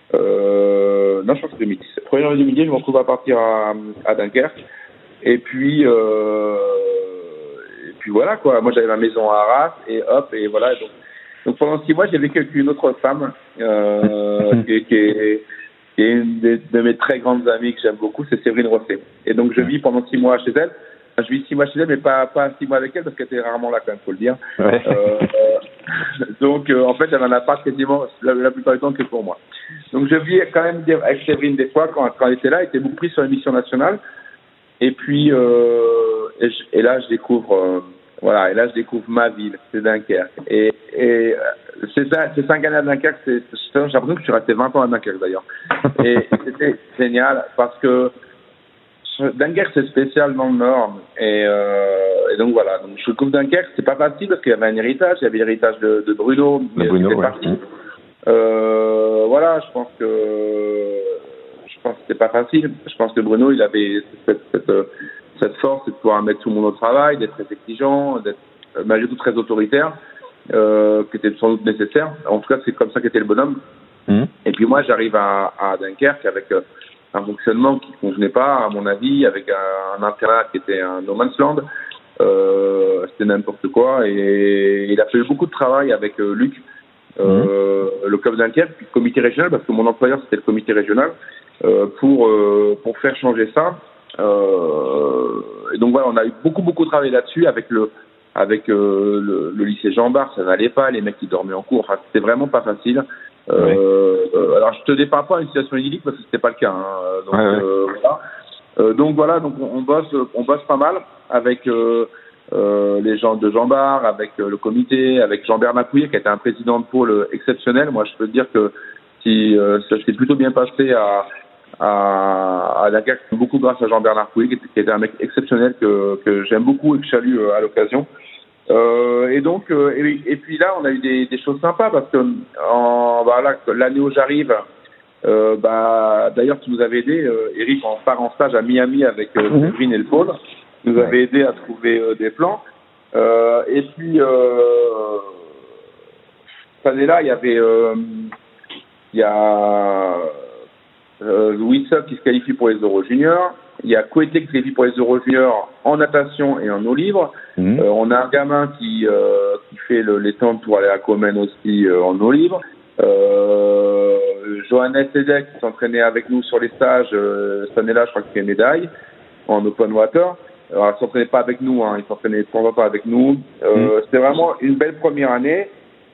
Euh, non, je pense que c'est deux mille dix. Le premier janvier deux mille dix, je me retrouve à partir à, à Dunkerque. Et puis, euh, et puis voilà quoi. Moi, j'avais ma maison à Arras et hop et voilà. Donc, donc pendant six mois, j'ai vécu avec une autre femme euh, qui, qui, est, qui est une de, de mes très grandes amies que j'aime beaucoup, c'est Séverine Rosset. Et donc, je vis pendant six mois chez elle. Enfin, je vis six mois chez elle, mais pas pas six mois avec elle parce qu'elle était rarement là quand même, faut le dire. Ouais. Euh, euh, donc, euh, en fait, elle en a pas quasiment la, la plupart du temps que pour moi. Donc, je vis quand même avec Séverine des fois quand, quand elle était là, elle était beaucoup prise sur l'émission nationale. Et puis, euh, et, je, et là, je découvre, euh, voilà, et là, je découvre ma ville, c'est Dunkerque. Et, et c'est ça, c'est cinq années à Dunkerque, c'est, j'ai l'impression que je suis resté vingt ans à Dunkerque d'ailleurs. Et c'était génial parce que Dunkerque, c'est spécial dans le Nord. Et, euh, et donc voilà, donc je découvre Dunkerque, c'est pas facile parce qu'il y avait un héritage, il y avait l'héritage de, de Bruno. De Bruno, ouais. Euh, voilà, je pense que je pense que c'était pas facile. Je pense que Bruno, il avait cette, cette, cette force de pouvoir mettre tout le monde au travail, d'être très exigeant, d'être malgré tout très autoritaire, euh, qui était sans doute nécessaire. En tout cas, c'est comme ça qu'était le bonhomme. Mmh. Et puis moi, j'arrive à, à Dunkerque avec un fonctionnement qui ne convenait pas, à mon avis, avec un, un internat qui était un no man's land. Euh, c'était n'importe quoi. Et il a fait beaucoup de travail avec euh, Luc, euh, mmh. le club Dunkerque, puis le comité régional, parce que mon employeur, c'était le comité régional, euh, pour, euh, pour faire changer ça. Euh, et donc voilà, on a eu beaucoup, beaucoup travaillé là-dessus avec le avec euh, le, le lycée Jean Bart, ça n'allait pas, les mecs qui dormaient en cours, enfin, c'était vraiment pas facile. Euh, ouais. euh, alors je te dépeins pas une situation idyllique parce que c'était pas le cas. Hein. Donc, ouais, ouais. Euh, voilà. Euh, donc voilà, donc on, on bosse, on bosse pas mal avec euh, euh, les gens de Jean Bart, avec euh, le comité, avec Jean-Bernard Pouillet qui a été un président de pôle exceptionnel. Moi, je peux te dire que si euh, ça s'est plutôt bien passé à à, à Dakar, beaucoup grâce à Jean-Bernard Pouillet qui était, qui était un mec exceptionnel que que j'aime beaucoup et que je salue euh, à l'occasion. Euh, et donc, euh, et, et puis là, on a eu des, des choses sympas parce que en, bah là, l'année où j'arrive, euh, bah, d'ailleurs, tu nous avais aidé, euh, Eric, on part en stage à Miami avec euh, mmh. Séverine et le Paul, nous ouais. avait aidé à trouver euh, des plans. Euh, et puis, euh, cette année-là, il y avait, euh, il y a euh, Louis Sock qui se qualifie pour les Euro Juniors. Il y a Coété qui se qualifie pour les Euro Juniors en natation et en eau libre. Mmh. Euh, on a un gamin qui euh, qui fait le, les temps pour aller à Comène aussi euh, en eau libre. Euh, Johannes Edek qui s'entraînait avec nous sur les stages euh, cette année-là, je crois qu'il fait médaille en open water. Alors, il s'entraînait pas avec nous, hein, il s'entraînait de temps en temps avec nous. Euh, mmh. C'était vraiment une belle première année.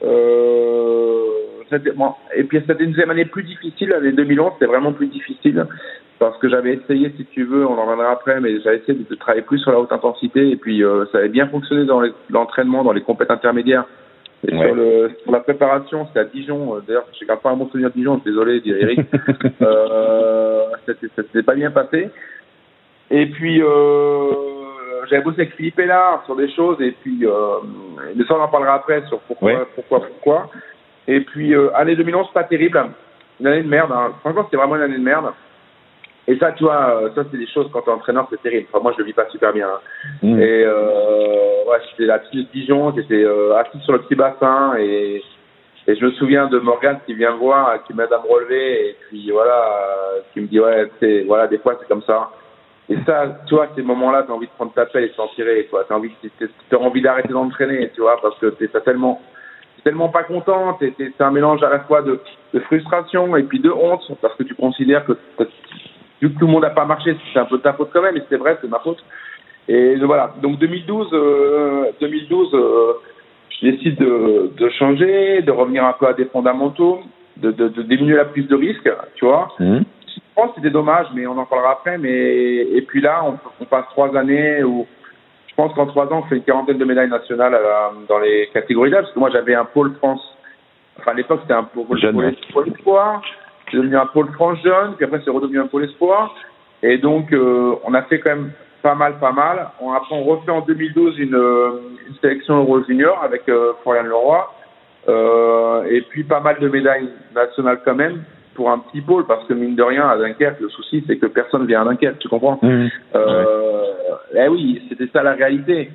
Euh, c'était, bon, et puis c'était une deuxième année plus difficile, l'année deux mille onze, c'était vraiment plus difficile. Parce que j'avais essayé, si tu veux, on en reviendra après, mais j'avais essayé de, de travailler plus sur la haute intensité et puis euh, ça avait bien fonctionné dans les, l'entraînement, dans les compétitions intermédiaires. Et ouais. sur, le, sur la préparation, c'était à Dijon. Euh, d'ailleurs, je n'ai pas un bon souvenir de Dijon, désolé, dit Eric. euh, c'était, c'était pas bien passé. Et puis, euh, j'avais bossé avec Philippe Hélard sur des choses et puis, euh, mais ça on en parlera après sur pourquoi, ouais. pourquoi, pourquoi. Et puis, euh, année deux mille onze, pas terrible. Une année de merde. Hein. Franchement, c'était vraiment une année de merde. Et ça, tu vois, ça, c'est des choses, quand t'es entraîneur, c'est terrible. Enfin, moi, je le vis pas super bien. Hein. Mmh. Et, euh, ouais, j'étais la petite Dijon, j'étais euh, assis sur le petit bassin et, et je me souviens de Morgane qui vient me voir, qui m'aide à me relever et puis, voilà, euh, qui me dit, ouais, c'est, voilà, des fois, c'est comme ça. Et ça, tu vois, ces moments-là, t'as envie de prendre ta pelle et de s'en tirer, quoi. T'as envie, t'as envie d'arrêter d'entraîner, tu vois, parce que t'es, t'as tellement, t'es tellement pas content, t'es, t'es, c'est un mélange à la fois de, de frustration et puis de honte, parce que tu considères que vu que tout le monde n'a pas marché, c'est un peu de ta faute quand même, et c'est vrai, c'est ma faute. Et voilà. Donc deux mille douze, euh, deux mille douze, euh, je décide de, de changer, de revenir un peu à des fondamentaux, de, de, de diminuer la prise de risque, tu vois. Mmh. Je pense que c'était dommage, mais on en parlera après. Mais et puis là, on, on passe trois années où je pense qu'en trois ans, on fait une quarantaine de médailles nationales à, dans les catégories là, parce que moi j'avais un pôle France. Enfin à l'époque c'était un pôle pôle espoir. C'est devenu un pôle France jeune, puis après c'est redevenu un pôle espoir. Et donc, euh, on a fait quand même pas mal, pas mal. On, après, on refait en deux mille douze une, une sélection Euro Junior avec euh, Florian Leroy. Euh, et puis pas mal de médailles nationales quand même pour un petit pôle, parce que mine de rien à Dunkerque, le souci c'est que personne vient à Dunkerque, tu comprends? Mmh. Euh, ouais. Eh oui, c'était ça la réalité.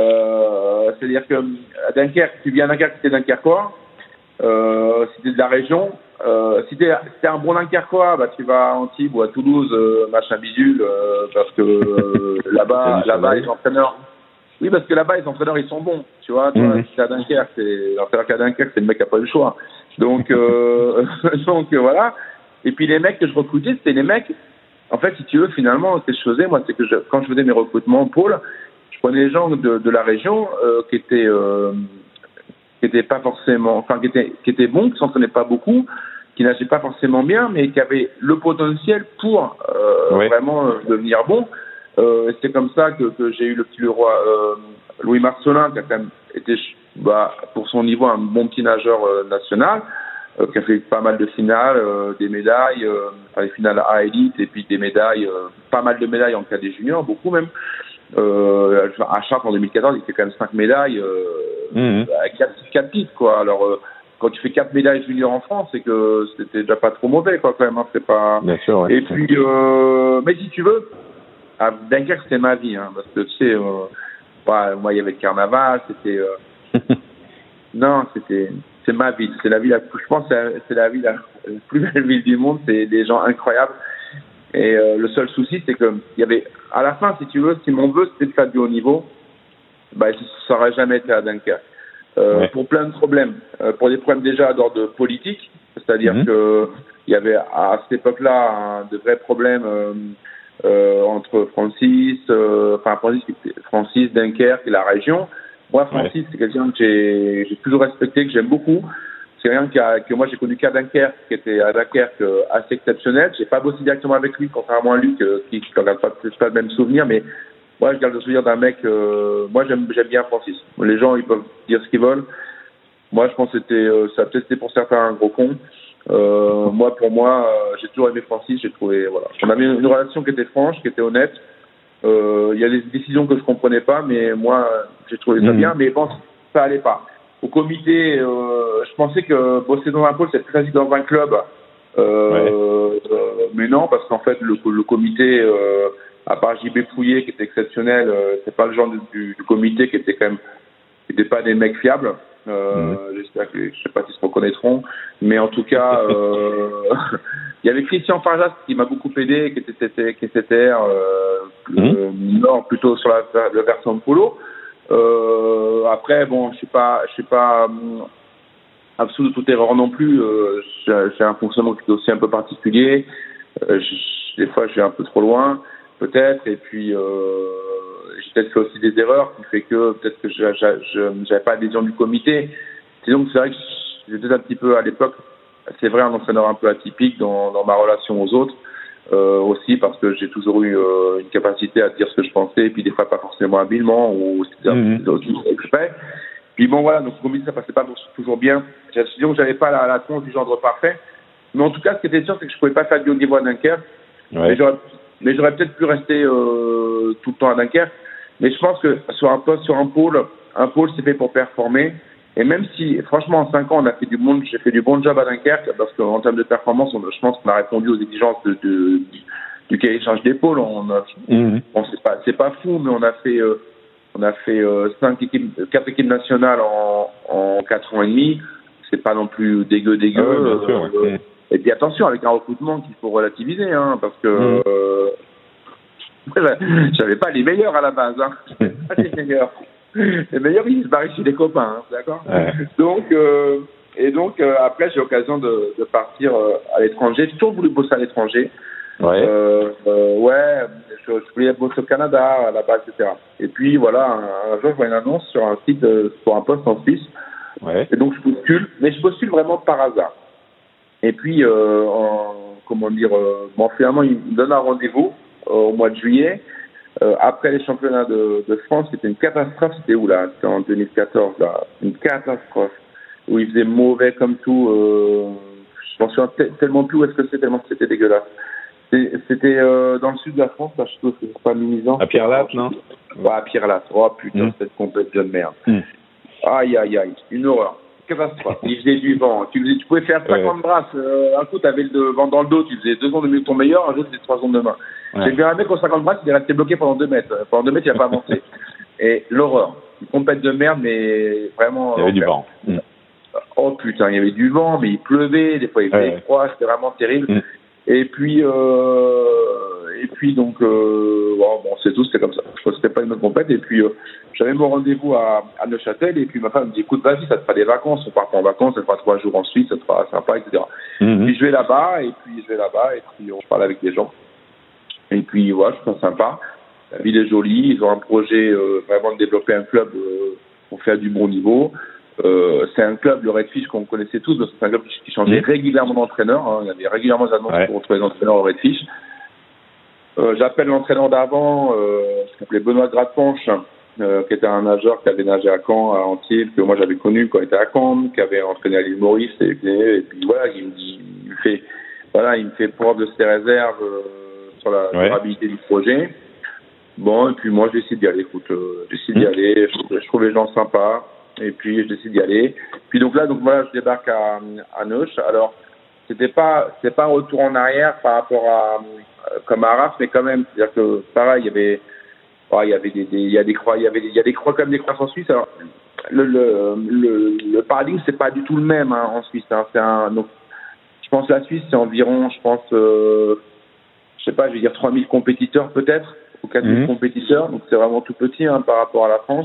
Euh, c'est-à-dire que à Dunkerque, tu viens à Dunkerque, c'était Dunkerquois, euh, si t'es de la région, euh, si t'es, si t'es un bon Dunkerquois, bah tu vas à Antibes ou à Toulouse, euh, machin bidule, euh, parce que euh, là-bas, là-bas les entraîneurs. Oui, parce que là-bas, les entraîneurs, ils sont bons. Tu vois, toi, mmh. si t'es à Dunkerque, c'est, l'entraîneur qui est à Dunkerque, c'est le mec qui n'a pas eu le choix. Donc, euh, donc, euh, voilà. Et puis, les mecs que je recrutais, c'était les mecs, en fait, si tu veux, finalement, ce que je faisais, moi, c'est que je, quand je faisais mes recrutements en pôle, je prenais les gens de, de la région, euh, qui étaient, euh, qui étaient pas forcément, enfin, qui étaient, qui étaient bons, qui s'entraînaient pas beaucoup, qui nageaient pas forcément bien, mais qui avaient le potentiel pour, euh, oui. vraiment euh, devenir bons. Euh, c'est comme ça que, que j'ai eu le petit Leroy, euh, Louis Marcelin, qui a quand même été, bah, pour son niveau, un bon petit nageur euh, national, euh, qui a fait pas mal de finales, euh, des médailles, euh, enfin, les finales A élite, et puis des médailles, euh, pas mal de médailles en cadet junior, beaucoup même. Euh, à Chartres en deux mille quatorze, il fait quand même cinq médailles, euh, mmh. avec quatre titres, quoi. Alors, euh, quand tu fais quatre médailles juniors en France, c'est que c'était déjà pas trop mauvais, quoi, quand même. Hein, c'est pas. Bien sûr, ouais. Et puis, euh, mais si tu veux. À Dunkerque, c'était ma vie, hein, parce que tu sais, euh, bah, moi, il y avait le carnaval, c'était. Euh... non, c'était, c'est ma ville, c'est la ville, la plus, je pense, que c'est, c'est la ville, la, la plus belle ville du monde, c'est des gens incroyables. Et euh, le seul souci, c'est que il y avait, à la fin, si tu veux, si mon vœu c'était de faire du haut niveau, bah, ça n'aurait jamais été à Dunkerque. Euh, ouais. Pour plein de problèmes, euh, pour des problèmes déjà d'ordre politique, c'est-à-dire mmh. que il y avait à cette époque-là un, de vrais problèmes. Euh, Euh, entre Francis, euh, enfin Francis, Francis, Dunkerque et la région. Moi, Francis, ouais. c'est quelqu'un que j'ai, j'ai toujours respecté, que j'aime beaucoup. C'est quelqu'un qui a, que moi j'ai connu qu'à Dunkerque, qui était à Dunkerque euh, assez exceptionnel. J'ai pas bossé directement avec lui, contrairement à Luc, euh, qui ne garde pas, pas le même souvenir, mais moi je garde le souvenir d'un mec. Euh, moi j'aime, j'aime bien Francis. Les gens ils peuvent dire ce qu'ils veulent. Moi je pense que c'était, euh, ça a peut-être été pour certains un gros con. Euh, moi, pour moi, euh, j'ai toujours aimé Francis. J'ai trouvé, voilà, on avait une relation qui était franche, qui était honnête. Euh, il y a des décisions que je comprenais pas, mais moi, j'ai trouvé ça mmh. bien. Mais bon, ça allait pas. Au comité, euh, je pensais que bosser dans un pôle, c'est plus facile dans un club. Euh, ouais. euh, mais non, parce qu'en fait, le, le comité, euh, à part J B Pouillet, qui était exceptionnel, euh, c'est pas le genre de, du, du comité qui était quand même, qui était pas des mecs fiables. Euh, mmh. J'espère que, je sais pas s'ils se reconnaîtront, mais en tout cas, euh, il y avait Christian Farjas qui m'a beaucoup aidé, qui était, qui était euh, mmh. euh, nord plutôt sur la, la version de polo. Euh, après, bon, je suis pas, je suis pas euh, absolu de toute erreur non plus. Euh, j'ai, j'ai un fonctionnement qui est aussi un peu particulier. Euh, je, des fois, je vais un peu trop loin, peut-être, et puis. Euh, j'ai peut-être fait aussi des erreurs qui fait que peut-être que je n'avais pas l'adhésion du comité. C'est donc c'est vrai que j'étais un petit peu à l'époque, c'est vrai, un entraîneur un peu atypique dans, dans ma relation aux autres, euh, aussi parce que j'ai toujours eu euh, une capacité à dire ce que je pensais, et puis des fois pas forcément habilement ou c'est-à-dire mm-hmm. exprès. Puis bon voilà, donc le comité ça passait pas toujours bien. J'ai l'impression que j'avais pas la, la tronche du genre parfait, mais en tout cas ce qui était sûr c'est que je pouvais pas faire du haut niveau à Dunkerque. Ouais. Mais j'aurais, mais j'aurais peut-être pu rester euh, tout le temps à Dunkerque. Mais je pense que sur un poste, sur un pôle, un pôle c'est fait pour performer. Et même si, franchement, en cinq ans, on a fait du bon, j'ai fait du bon job à Dunkerque, parce qu'en termes de performance, on, je pense qu'on a répondu aux exigences de, de, du cahier de charge des pôles. On a, mmh. bon, c'est pas, c'est pas fou, mais on a fait, euh, on a fait euh, cinq équipes, quatre équipes nationales en, en quatre ans et demi. C'est pas non plus dégueu, dégueu. Ah ouais, bien sûr, euh, ouais. Et puis attention, avec un recrutement qu'il faut relativiser, hein, parce que. Mmh. Euh, j'avais pas les meilleurs à la base, hein. Pas les meilleurs. Les meilleurs, ils se barrent chez des copains, hein, d'accord. Ouais. Donc, euh, et donc euh, après, j'ai l'occasion de, de partir euh, à l'étranger. J'ai toujours voulu bosser à l'étranger. Ouais. Euh, euh, ouais, je, je voulais bosser au Canada, là-bas, et cetera. Et puis voilà, un, un jour, je vois une annonce sur un site euh, pour un poste en Suisse. Ouais. Et donc je postule, mais je postule vraiment par hasard. Et puis, euh, en, comment dire, euh, bon, finalement, il me donne un rendez-vous au mois de juillet, euh, après les championnats de, de France. C'était une catastrophe. C'était où là? C'était en deux mille quatorze, là. Une catastrophe. Où il faisait mauvais comme tout. Euh, je m'en souviens t- tellement plus où est-ce que c'était, tellement que c'était dégueulasse. C'était euh, dans le sud de la France, là, je trouve que c'est pas Mimizan. À Pierre-Latte, non? Ouais, à Pierre-Latte. Oh putain, mmh. cette compétition de merde. Mmh. Aïe, aïe, aïe, une horreur. Catastrophe. Il faisait du vent. Tu, faisais, tu pouvais faire cinquante ouais. brasses. Euh, un coup, tu avais le vent dans le dos, tu faisais deux secondes de mieux que ton meilleur, un jour, tu faisais trois secondes de main. Ouais. J'ai vu un mec aux cinquante brasses, il est resté bloqué pendant deux mètres. Pendant deux mètres, il n'a pas avancé. Et l'horreur. Une compète de merde, mais vraiment. Il y avait du vent. Mmh. Oh putain, il y avait du vent, mais il pleuvait, des fois il faisait ouais. froid, c'était vraiment terrible. Mmh. Et puis, euh, et puis donc, euh, bon, bon, c'est tout, c'était comme ça. Je crois que c'était pas une bonne compète. Et puis, euh, j'avais mon rendez-vous à, à Neuchâtel. Et puis, ma femme me dit, écoute, vas-y, ça te fera des vacances. On part en vacances, ça te fera trois jours en Suisse, ça te fera sympa, et cetera. Mm-hmm. Puis, je vais là-bas, et puis, je vais là-bas, et puis, on parle avec des gens. Et puis, voilà, je trouve ça sympa. La ville est jolie. Ils ont un projet, euh, vraiment de développer un club euh, pour faire du bon niveau. Euh, c'est un club, le Redfish, qu'on connaissait tous, parce que c'est un club qui, qui changeait mmh. régulièrement d'entraîneur. Hein. Il y avait régulièrement des annonces ouais. pour retrouver des entraîneurs au Redfish. Euh, j'appelle l'entraîneur d'avant, euh, qui s'appelait Benoît Gradepanche, euh, qui était un nageur qui avait nagé à Caen, à Antibes, que moi j'avais connu quand il était à Caen, qui avait entraîné à l'île Maurice, et, et puis voilà, il me dit, il me fait, voilà, il me fait preuve de ses réserves euh, sur la ouais. durabilité du projet. Bon, et puis moi je décide d'y aller. Écoute, euh, je décide mmh. d'y aller. Je, je trouve les gens sympas. Et puis je décide d'y aller. Puis donc là, donc voilà, je débarque à, à Neuch. Alors c'était pas, c'était pas un retour en arrière par rapport à comme à Arras, mais quand même, c'est-à-dire que pareil, il y avait, oh, il y avait des, des, il y a des croix, il y avait, il y a des croix comme des croix en Suisse. Alors le le le, le paradigme c'est pas du tout le même hein, en Suisse. Hein. C'est un, donc je pense la Suisse c'est environ, je pense, euh, je sais pas, je vais dire trois mille compétiteurs peut-être ou quatre mille mmh. compétiteurs. Donc c'est vraiment tout petit hein, par rapport à la France.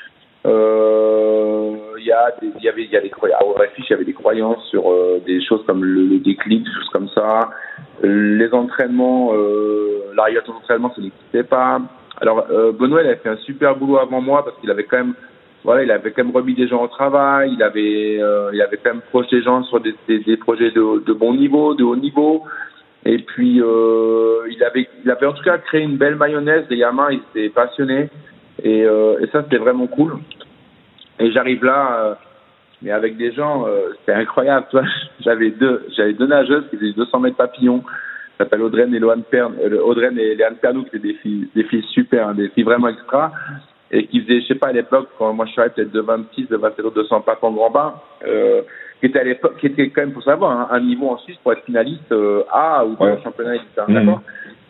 Euh, il y a des, il y avait, il y a des croyances. Au Redfish, il y avait des croyances sur euh, des choses comme le, le déclic, des choses comme ça. Les entraînements, euh, l'arrivation d'entraînement, ça n'existait pas. Alors, euh, Benoît, il avait fait un super boulot avant moi parce qu'il avait quand même, voilà, il avait quand même remis des gens au travail. Il avait, euh, il avait quand même projeté des gens sur des, des, des projets de, de bon niveau, de haut niveau. Et puis, euh, il avait, il avait en tout cas créé une belle mayonnaise. Les gamins, ils étaient passionnés. Et, euh, et ça, c'était vraiment cool. Et j'arrive là, euh, mais avec des gens, euh, c'était incroyable. Tu vois, j'avais deux, j'avais deux nageuses qui faisaient deux cents mètres papillon. Ça s'appelle Audreyne et Loane Pern, euh, Audreyne et Léane Pernou, qui étaient des filles, des filles super, hein, des filles vraiment extra, et qui faisaient, je sais pas, à l'époque, quand moi je suis arrivé peut-être de vingt-six, de vingt-sept, deux cents papes en grand bain, euh, qui était à l'époque, qui était quand même, faut savoir, hein, un niveau en Suisse pour être finaliste euh, A ou dans ouais. le championnat, et cetera. Mmh. D'accord.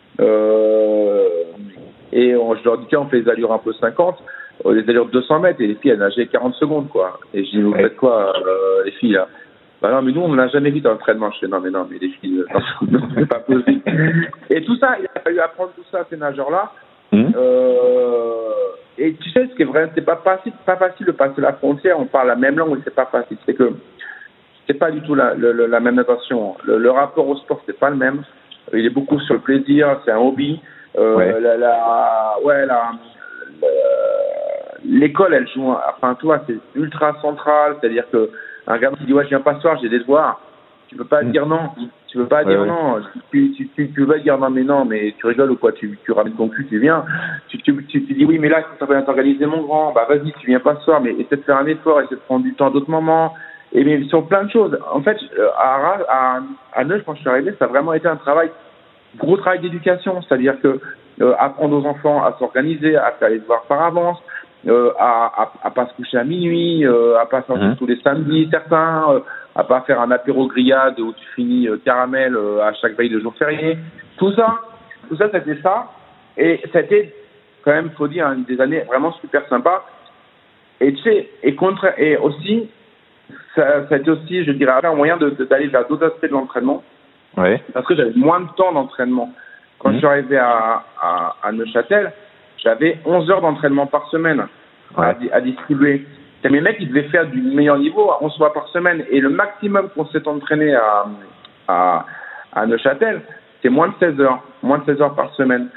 Euh, et on, je leur dis tiens, on fait des allures un peu cinquante, euh, des allures de deux cents mètres, et les filles elles nageaient quarante secondes quoi. Et je dis vous ouais. faites quoi euh, les filles là? Bah non mais nous on l'a jamais vu dans l'entraînement. Je fais non mais non mais les filles non, non c'est pas possible. Et tout ça, il a fallu apprendre tout ça à ces nageurs là. Mmh. Euh, et tu sais ce qui est vrai, c'est pas facile, pas facile de passer la frontière. On parle la même langue mais c'est pas facile. C'est que c'est pas du tout la, la, la même natation. Le, le rapport au sport c'est pas le même. Il est beaucoup sur le plaisir, c'est un hobby. Euh, ouais. La, la, ouais, la, la, l'école, elle joue, enfin, toi, c'est ultra central, c'est-à-dire que un gars qui dit, ouais, je viens pas ce soir, j'ai des devoirs. Tu peux pas mmh. dire non. Tu peux pas ouais, dire ouais. non. Tu, tu, tu, tu vas dire non, mais non, mais tu rigoles ou quoi? Tu, tu ramènes ton cul, tu viens. Tu, tu, tu, tu dis, oui, mais là, il faut t'organiser, mon grand. Bah, vas-y, tu viens pas ce soir, mais essaie de faire un effort, essaie de prendre du temps à d'autres moments. Et mais sur plein de choses. En fait, à Arras, à, à Neuch, quand je suis arrivé, ça a vraiment été un travail, gros travail d'éducation. C'est-à-dire que, euh, apprendre aux enfants à s'organiser, à faire les devoirs par avance, euh, à, à, à pas se coucher à minuit, euh, à pas sortir mmh. tous les samedis, certains, euh, à pas faire un apéro grillade où tu finis euh, caramel euh, à chaque veille de jour férié. Tout ça, tout ça, c'était ça. Et c'était, quand même, faut dire, hein, des années vraiment super sympas. Et tu sais, et contre, et aussi, ça, ça a été aussi, je dirais, un moyen de, de, d'aller vers d'autres aspects de l'entraînement. Ouais. Parce que j'avais moins de temps d'entraînement. Quand mmh. je suis arrivé à, à, à Neuchâtel, j'avais onze heures d'entraînement par semaine ouais. à, à distribuer. Et mes mecs, ils devaient faire du meilleur niveau à onze fois par semaine. Et le maximum qu'on s'est entraîné à, à, à Neuchâtel, c'est moins de seize heures. Moins de seize heures par semaine.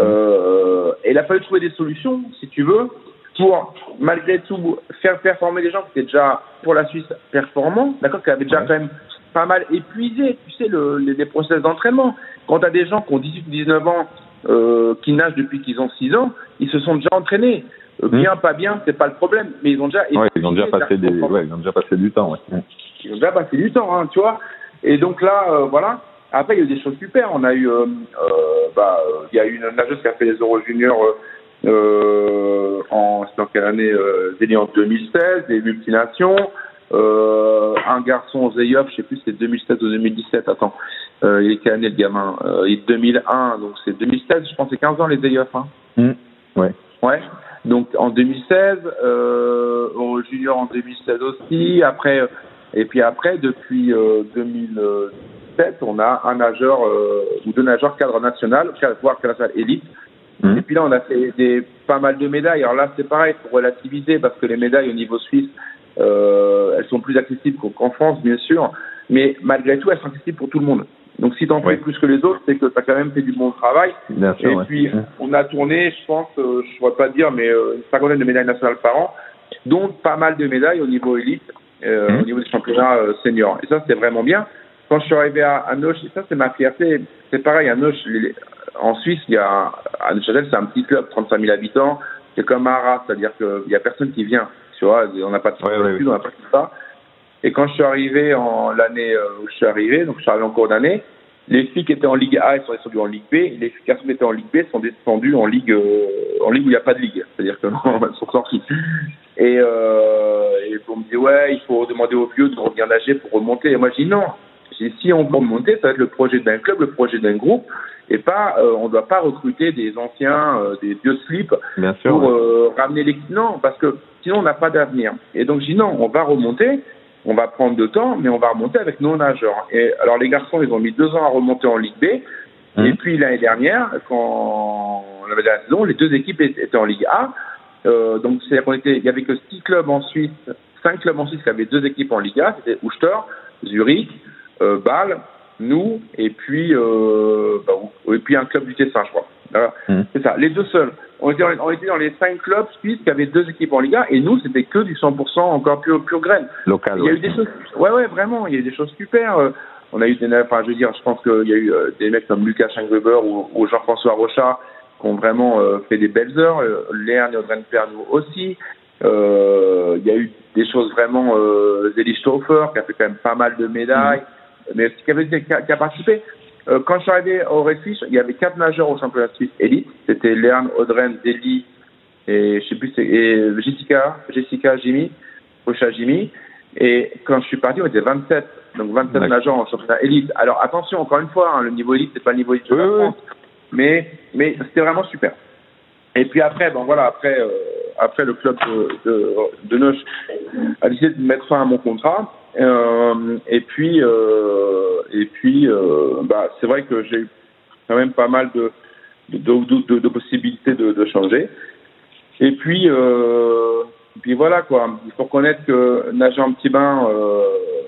Euh, et il a fallu trouver des solutions, si tu veux, pour, malgré tout, faire performer les gens qui étaient déjà, pour la Suisse, performants, d'accord, qui avaient déjà ouais. quand même pas mal épuisé, tu sais, le, les, les process d'entraînement. Quand tu as des gens qui ont dix-huit dix-neuf ans, euh, qui nagent depuis qu'ils ont six ans, ils se sont déjà entraînés. Euh, bien, mmh. pas bien, c'est pas le problème, mais ils ont déjà... Ouais, ils ont déjà passé des, ouais, ils ont déjà passé du temps, ouais. Ils ont déjà passé du temps, hein, tu vois. Et donc là, euh, voilà. Après, il y a eu des choses super. On a eu, euh, euh, bah, il y a eu une nageuse qui a fait les Euro Juniors euh, euh, en, c'est dans quelle année euh, Zélie en deux mille seize, des multinations. Euh, un garçon, Zeyov, je sais plus, c'est deux mille seize ou deux mille dix-sept. Attends, euh, il est quelle année le gamin euh, Il est deux mille un, donc c'est deux mille seize. Je pense que c'est quinze ans les Zeyov. Hein. Mmh. Ouais. Ouais. Donc en deux mille seize, euh, Euro Junior en deux mille seize aussi. Après, et puis après, depuis euh, deux mille sept, on a un nageur euh, ou deux nageurs cadre national, voire cadre national élite. Mmh. Et puis là, on a fait des, pas mal de médailles. Alors là, c'est pareil, pour relativiser, parce que les médailles au niveau suisse, euh, elles sont plus accessibles qu'en France, bien sûr. Mais malgré tout, elles sont accessibles pour tout le monde. Donc si tu en fais oui. plus que les autres, c'est que tu as quand même fait du bon travail. Bien sûr, et ouais. puis, mmh. on a tourné, je pense, euh, je ne pourrais pas dire, mais euh, une cinquantaine de médailles nationales par an, dont pas mal de médailles au niveau élite, euh, mmh. au niveau des championnats euh, seniors. Et ça, c'est vraiment bien. Quand je suis arrivé à, à Neuch, et ça, c'est ma fierté. C'est pareil, à Neuch, les, en Suisse, il y a, à Neuchâtel, c'est un petit club, trente-cinq mille habitants. C'est comme à Arras, c'est-à-dire qu'il n'y a personne qui vient. Tu vois, on n'a pas de ouais, ouais, on n'a pas tout ça. Et quand je suis arrivé en l'année où je suis arrivé, donc je suis arrivé en cours d'année, les filles qui étaient en Ligue A, elles sont descendues en Ligue B. Et les garçons qui étaient en Ligue B sont descendus en Ligue, euh, en Ligue où il n'y a pas de Ligue. C'est-à-dire qu'elles sont sorties. Et, euh, et on me dit, ouais, il faut demander aux vieux de revenir nager pour remonter. Et moi, je dis non. Je dis, si on veut remonter, ça va être le projet d'un club, le projet d'un groupe. Et pas, euh, on ne doit pas recruter des anciens, euh, des vieux slips Bien sûr, pour ouais. euh, ramener les... Non, parce que sinon, on n'a pas d'avenir. Et donc, je dis non, on va remonter. On va prendre de temps, mais on va remonter avec nos nageurs. Et alors, les garçons, ils ont mis deux ans à remonter en Ligue B. Mmh. Et puis, l'année dernière, quand on avait la saison, les deux équipes étaient en Ligue A. Euh, donc, c'est-à-dire qu'on était, il y avait que six clubs en Suisse, cinq clubs en Suisse qui avaient deux équipes en Ligue A. C'était Uster, Zurich, euh, Bâle, nous, et puis, euh, bah, et puis un club du Tessin, je crois. Voilà. Mmh. C'est ça, les deux seuls. On était, on était dans les cinq clubs suisses qui avaient deux équipes en Liga, et nous, c'était que du cent pour cent encore pure, pure graine. Local, il y a ouais. eu des choses, ouais, ouais, vraiment, il y a eu des choses super. On a eu des, enfin, je veux dire, je pense qu'il y a eu des mecs comme Lucas Schengruber ou, ou Jean-François Rochard qui ont vraiment euh, fait des belles heures. Léa Neodren-Pernou aussi. Euh, il y a eu des choses vraiment, euh, Zélie Stauffer qui a fait quand même pas mal de médailles, mmh. mais qui, avait, qui, a, qui a participé. Euh, quand je suis arrivé au Redfish, il y avait quatre nageurs au championnat suisse élite. C'était Léane, Audren, Zélie et je sais plus, et Jessica, Jessica, Jimmy, Rocha Jimmy. Et quand je suis parti, on était vingt-sept. Donc vingt-sept D'accord. nageurs en championnat élite. Alors attention, encore une fois, hein, le niveau élite, c'est pas le niveau élite de la France. Mais, mais c'était vraiment super. Et puis après, bon voilà, après, euh, après le club de, de, de Neuch a décidé de mettre fin à mon contrat. Euh, et puis, euh, et puis, euh, bah, c'est vrai que j'ai eu quand même pas mal de, de, de, de, de possibilités de, de changer. Et puis, euh, puis voilà quoi. Il faut reconnaître que nager en petit bain, euh,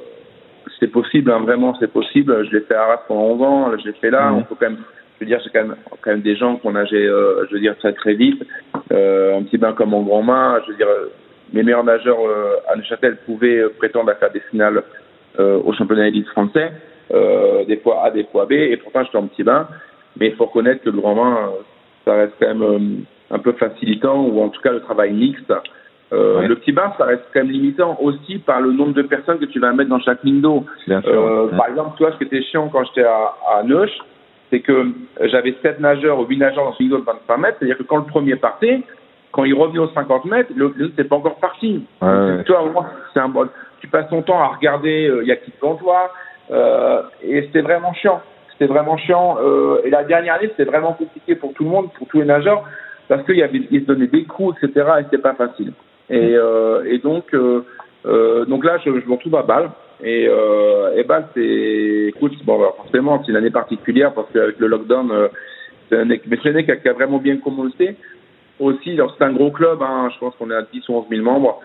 c'est possible, hein, vraiment, c'est possible. Je l'ai fait à Arras pendant onze ans, je l'ai fait là. Mmh. On peut quand même, je veux dire, j'ai quand même, quand même des gens qui ont nagé, euh, je veux dire, très très vite. Euh, un petit bain comme en grand main, je veux dire. Les meilleurs nageurs euh, à Neuchâtel pouvaient euh, prétendre à faire des finales euh, au championnat élite français, euh, des fois A, des fois B, et pourtant j'étais en petit bain. Mais il faut reconnaître que le grand bain, euh, ça reste quand même euh, un peu facilitant, ou en tout cas le travail mixte. Euh, ouais. Le petit bain, ça reste quand même limitant aussi par le nombre de personnes que tu vas mettre dans chaque ligne d'eau. Euh, ouais. Par exemple, toi, ce qui était chiant quand j'étais à, à Neuch, c'est que j'avais sept nageurs ou huit nageurs dans une ligne d'eau de vingt-cinq mètres, c'est-à-dire que quand le premier partait, quand il revenait aux cinquante mètres, le l'autre c'est pas encore parti. Ouais, ouais. Toi, c'est un bon. Tu passes ton temps à regarder, il euh, y a qui devant toi, euh, et c'était vraiment chiant. C'était vraiment chiant. Euh, et la dernière année, c'était vraiment compliqué pour tout le monde, pour tous les nageurs, parce qu'il y avait, ils se donnaient des coups, et cetera. Et c'était pas facile. Et, euh, et donc, euh, euh, donc là, je, je me retrouve à Bâle. Et, euh, et Bâle, c'est, écoute, bon, bah, forcément, c'est une année particulière parce qu'avec le lockdown, euh, c'est une année, mais c'est une année qui a, qui a vraiment bien commencé. Aussi, alors c'est un gros club, hein, je pense qu'on est à dix ou onze mille membres,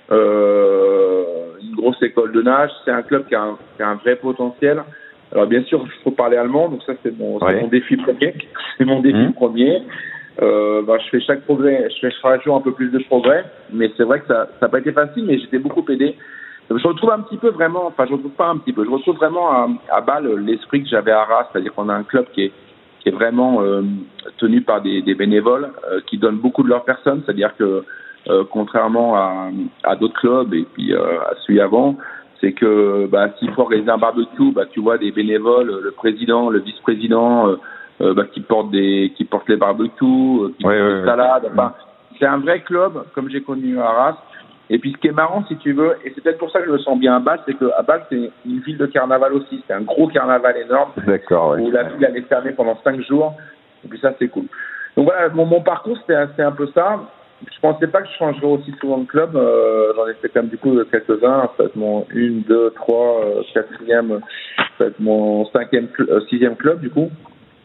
euh, une grosse école de nage, c'est un club qui a un, qui a un vrai potentiel. Alors bien sûr, il faut parler allemand, donc ça c'est mon, ouais. c'est mon défi premier, c'est mon défi mmh. premier. Euh, bah, je fais chaque progrès, je fais chaque jour un peu plus de progrès, mais c'est vrai que ça n'a pas été facile, mais j'étais beaucoup aidé. Donc, je retrouve un petit peu vraiment, enfin je retrouve pas un petit peu, je retrouve vraiment à, à Bâle l'esprit que j'avais à Arras, c'est-à-dire qu'on a un club qui est qui est vraiment euh, tenu par des, des bénévoles euh, qui donnent beaucoup de leur personne, c'est-à-dire que euh, contrairement à, à d'autres clubs et puis euh, à celui avant, c'est c'est que bah, s'il faut organiser un barbecue, bah, tu vois des bénévoles, le président, le vice-président, euh, euh, bah, qui portent des, qui portent les barbecues, euh, qui ouais, portent ouais, des salades. ouais. Enfin, c'est un vrai club, comme j'ai connu à Arras. Et puis ce qui est marrant, si tu veux, et c'est peut-être pour ça que je me sens bien à Bâle, c'est que à Bâle, c'est une ville de carnaval aussi. C'est un gros carnaval énorme. D'accord, ouais. Où la ville elle est fermée pendant cinq jours. Et puis ça, c'est cool. Donc voilà, mon, mon parcours, c'était, c'était un peu ça. Je pensais pas que je changerais aussi souvent de club. Euh, j'en ai fait quand même du coup quelques-uns. Ça va être mon une, deux, trois, euh, quatrième, ça va être mon cinquième, euh, sixième club du coup.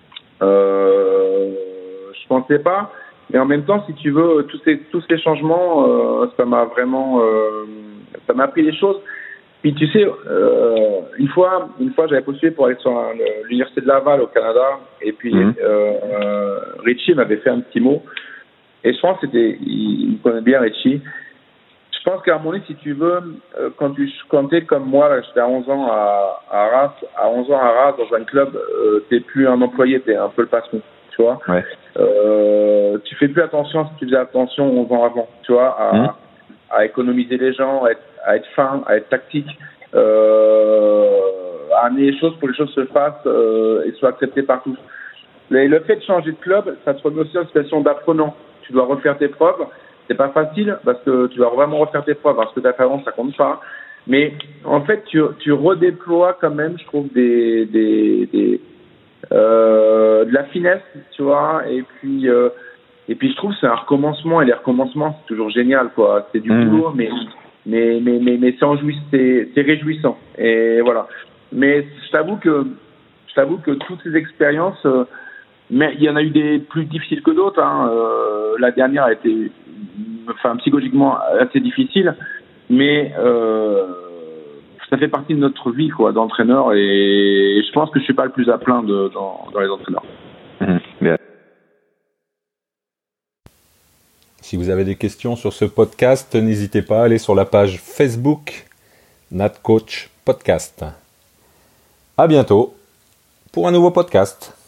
Euh, je pensais pas. Mais en même temps, si tu veux, tous ces tous ces changements, euh, ça m'a vraiment, euh, ça m'a appris des choses. Puis tu sais, euh, une fois, une fois, j'avais postulé pour aller sur un, l'université de Laval au Canada, et puis mmh. euh, Richie m'avait fait un petit mot. Et je pense que c'était, il, il me connaît bien Richie. Je pense qu'à mon avis, si tu veux, quand tu quand t'es comme moi, là, j'étais à onze ans à, à Arras, à onze ans à Arras dans un club, euh, t'es plus un employé, t'es un peu le patron, tu vois. Ouais. Euh, tu fais plus attention si tu faisais attention onze ans avant, tu vois, à, mmh. à économiser les gens, à être, à être fin, à être tactique, euh, à amener les choses pour que les choses se fassent euh, et soient acceptées par tous. Mais le fait de changer de club, ça te remet aussi en situation d'apprenant. Tu dois refaire tes preuves. C'est pas facile parce que tu dois vraiment refaire tes preuves. Parce que ta fait avant, ça compte pas. Mais en fait, tu, tu redéploies quand même, je trouve, des, des, des euh, de la finesse, tu vois. Et puis, euh, et puis, je trouve que c'est un recommencement. Et les recommencements, c'est toujours génial, quoi. C'est du mmh. boulot, mais mais mais mais, mais c'est enjouissant, c'est, c'est réjouissant. Et voilà. Mais je t'avoue que je t'avoue que toutes ces expériences, euh, mais il y en a eu des plus difficiles que d'autres. Hein. Euh, la dernière a été, enfin, psychologiquement assez difficile, mais euh, ça fait partie de notre vie, quoi, d'entraîneur. Et je pense que je suis pas le plus à plaindre de, dans, dans les entraîneurs. Mmh. Bien. Si vous avez des questions sur ce podcast, n'hésitez pas à aller sur la page Facebook NatCoach Podcast. À bientôt pour un nouveau podcast.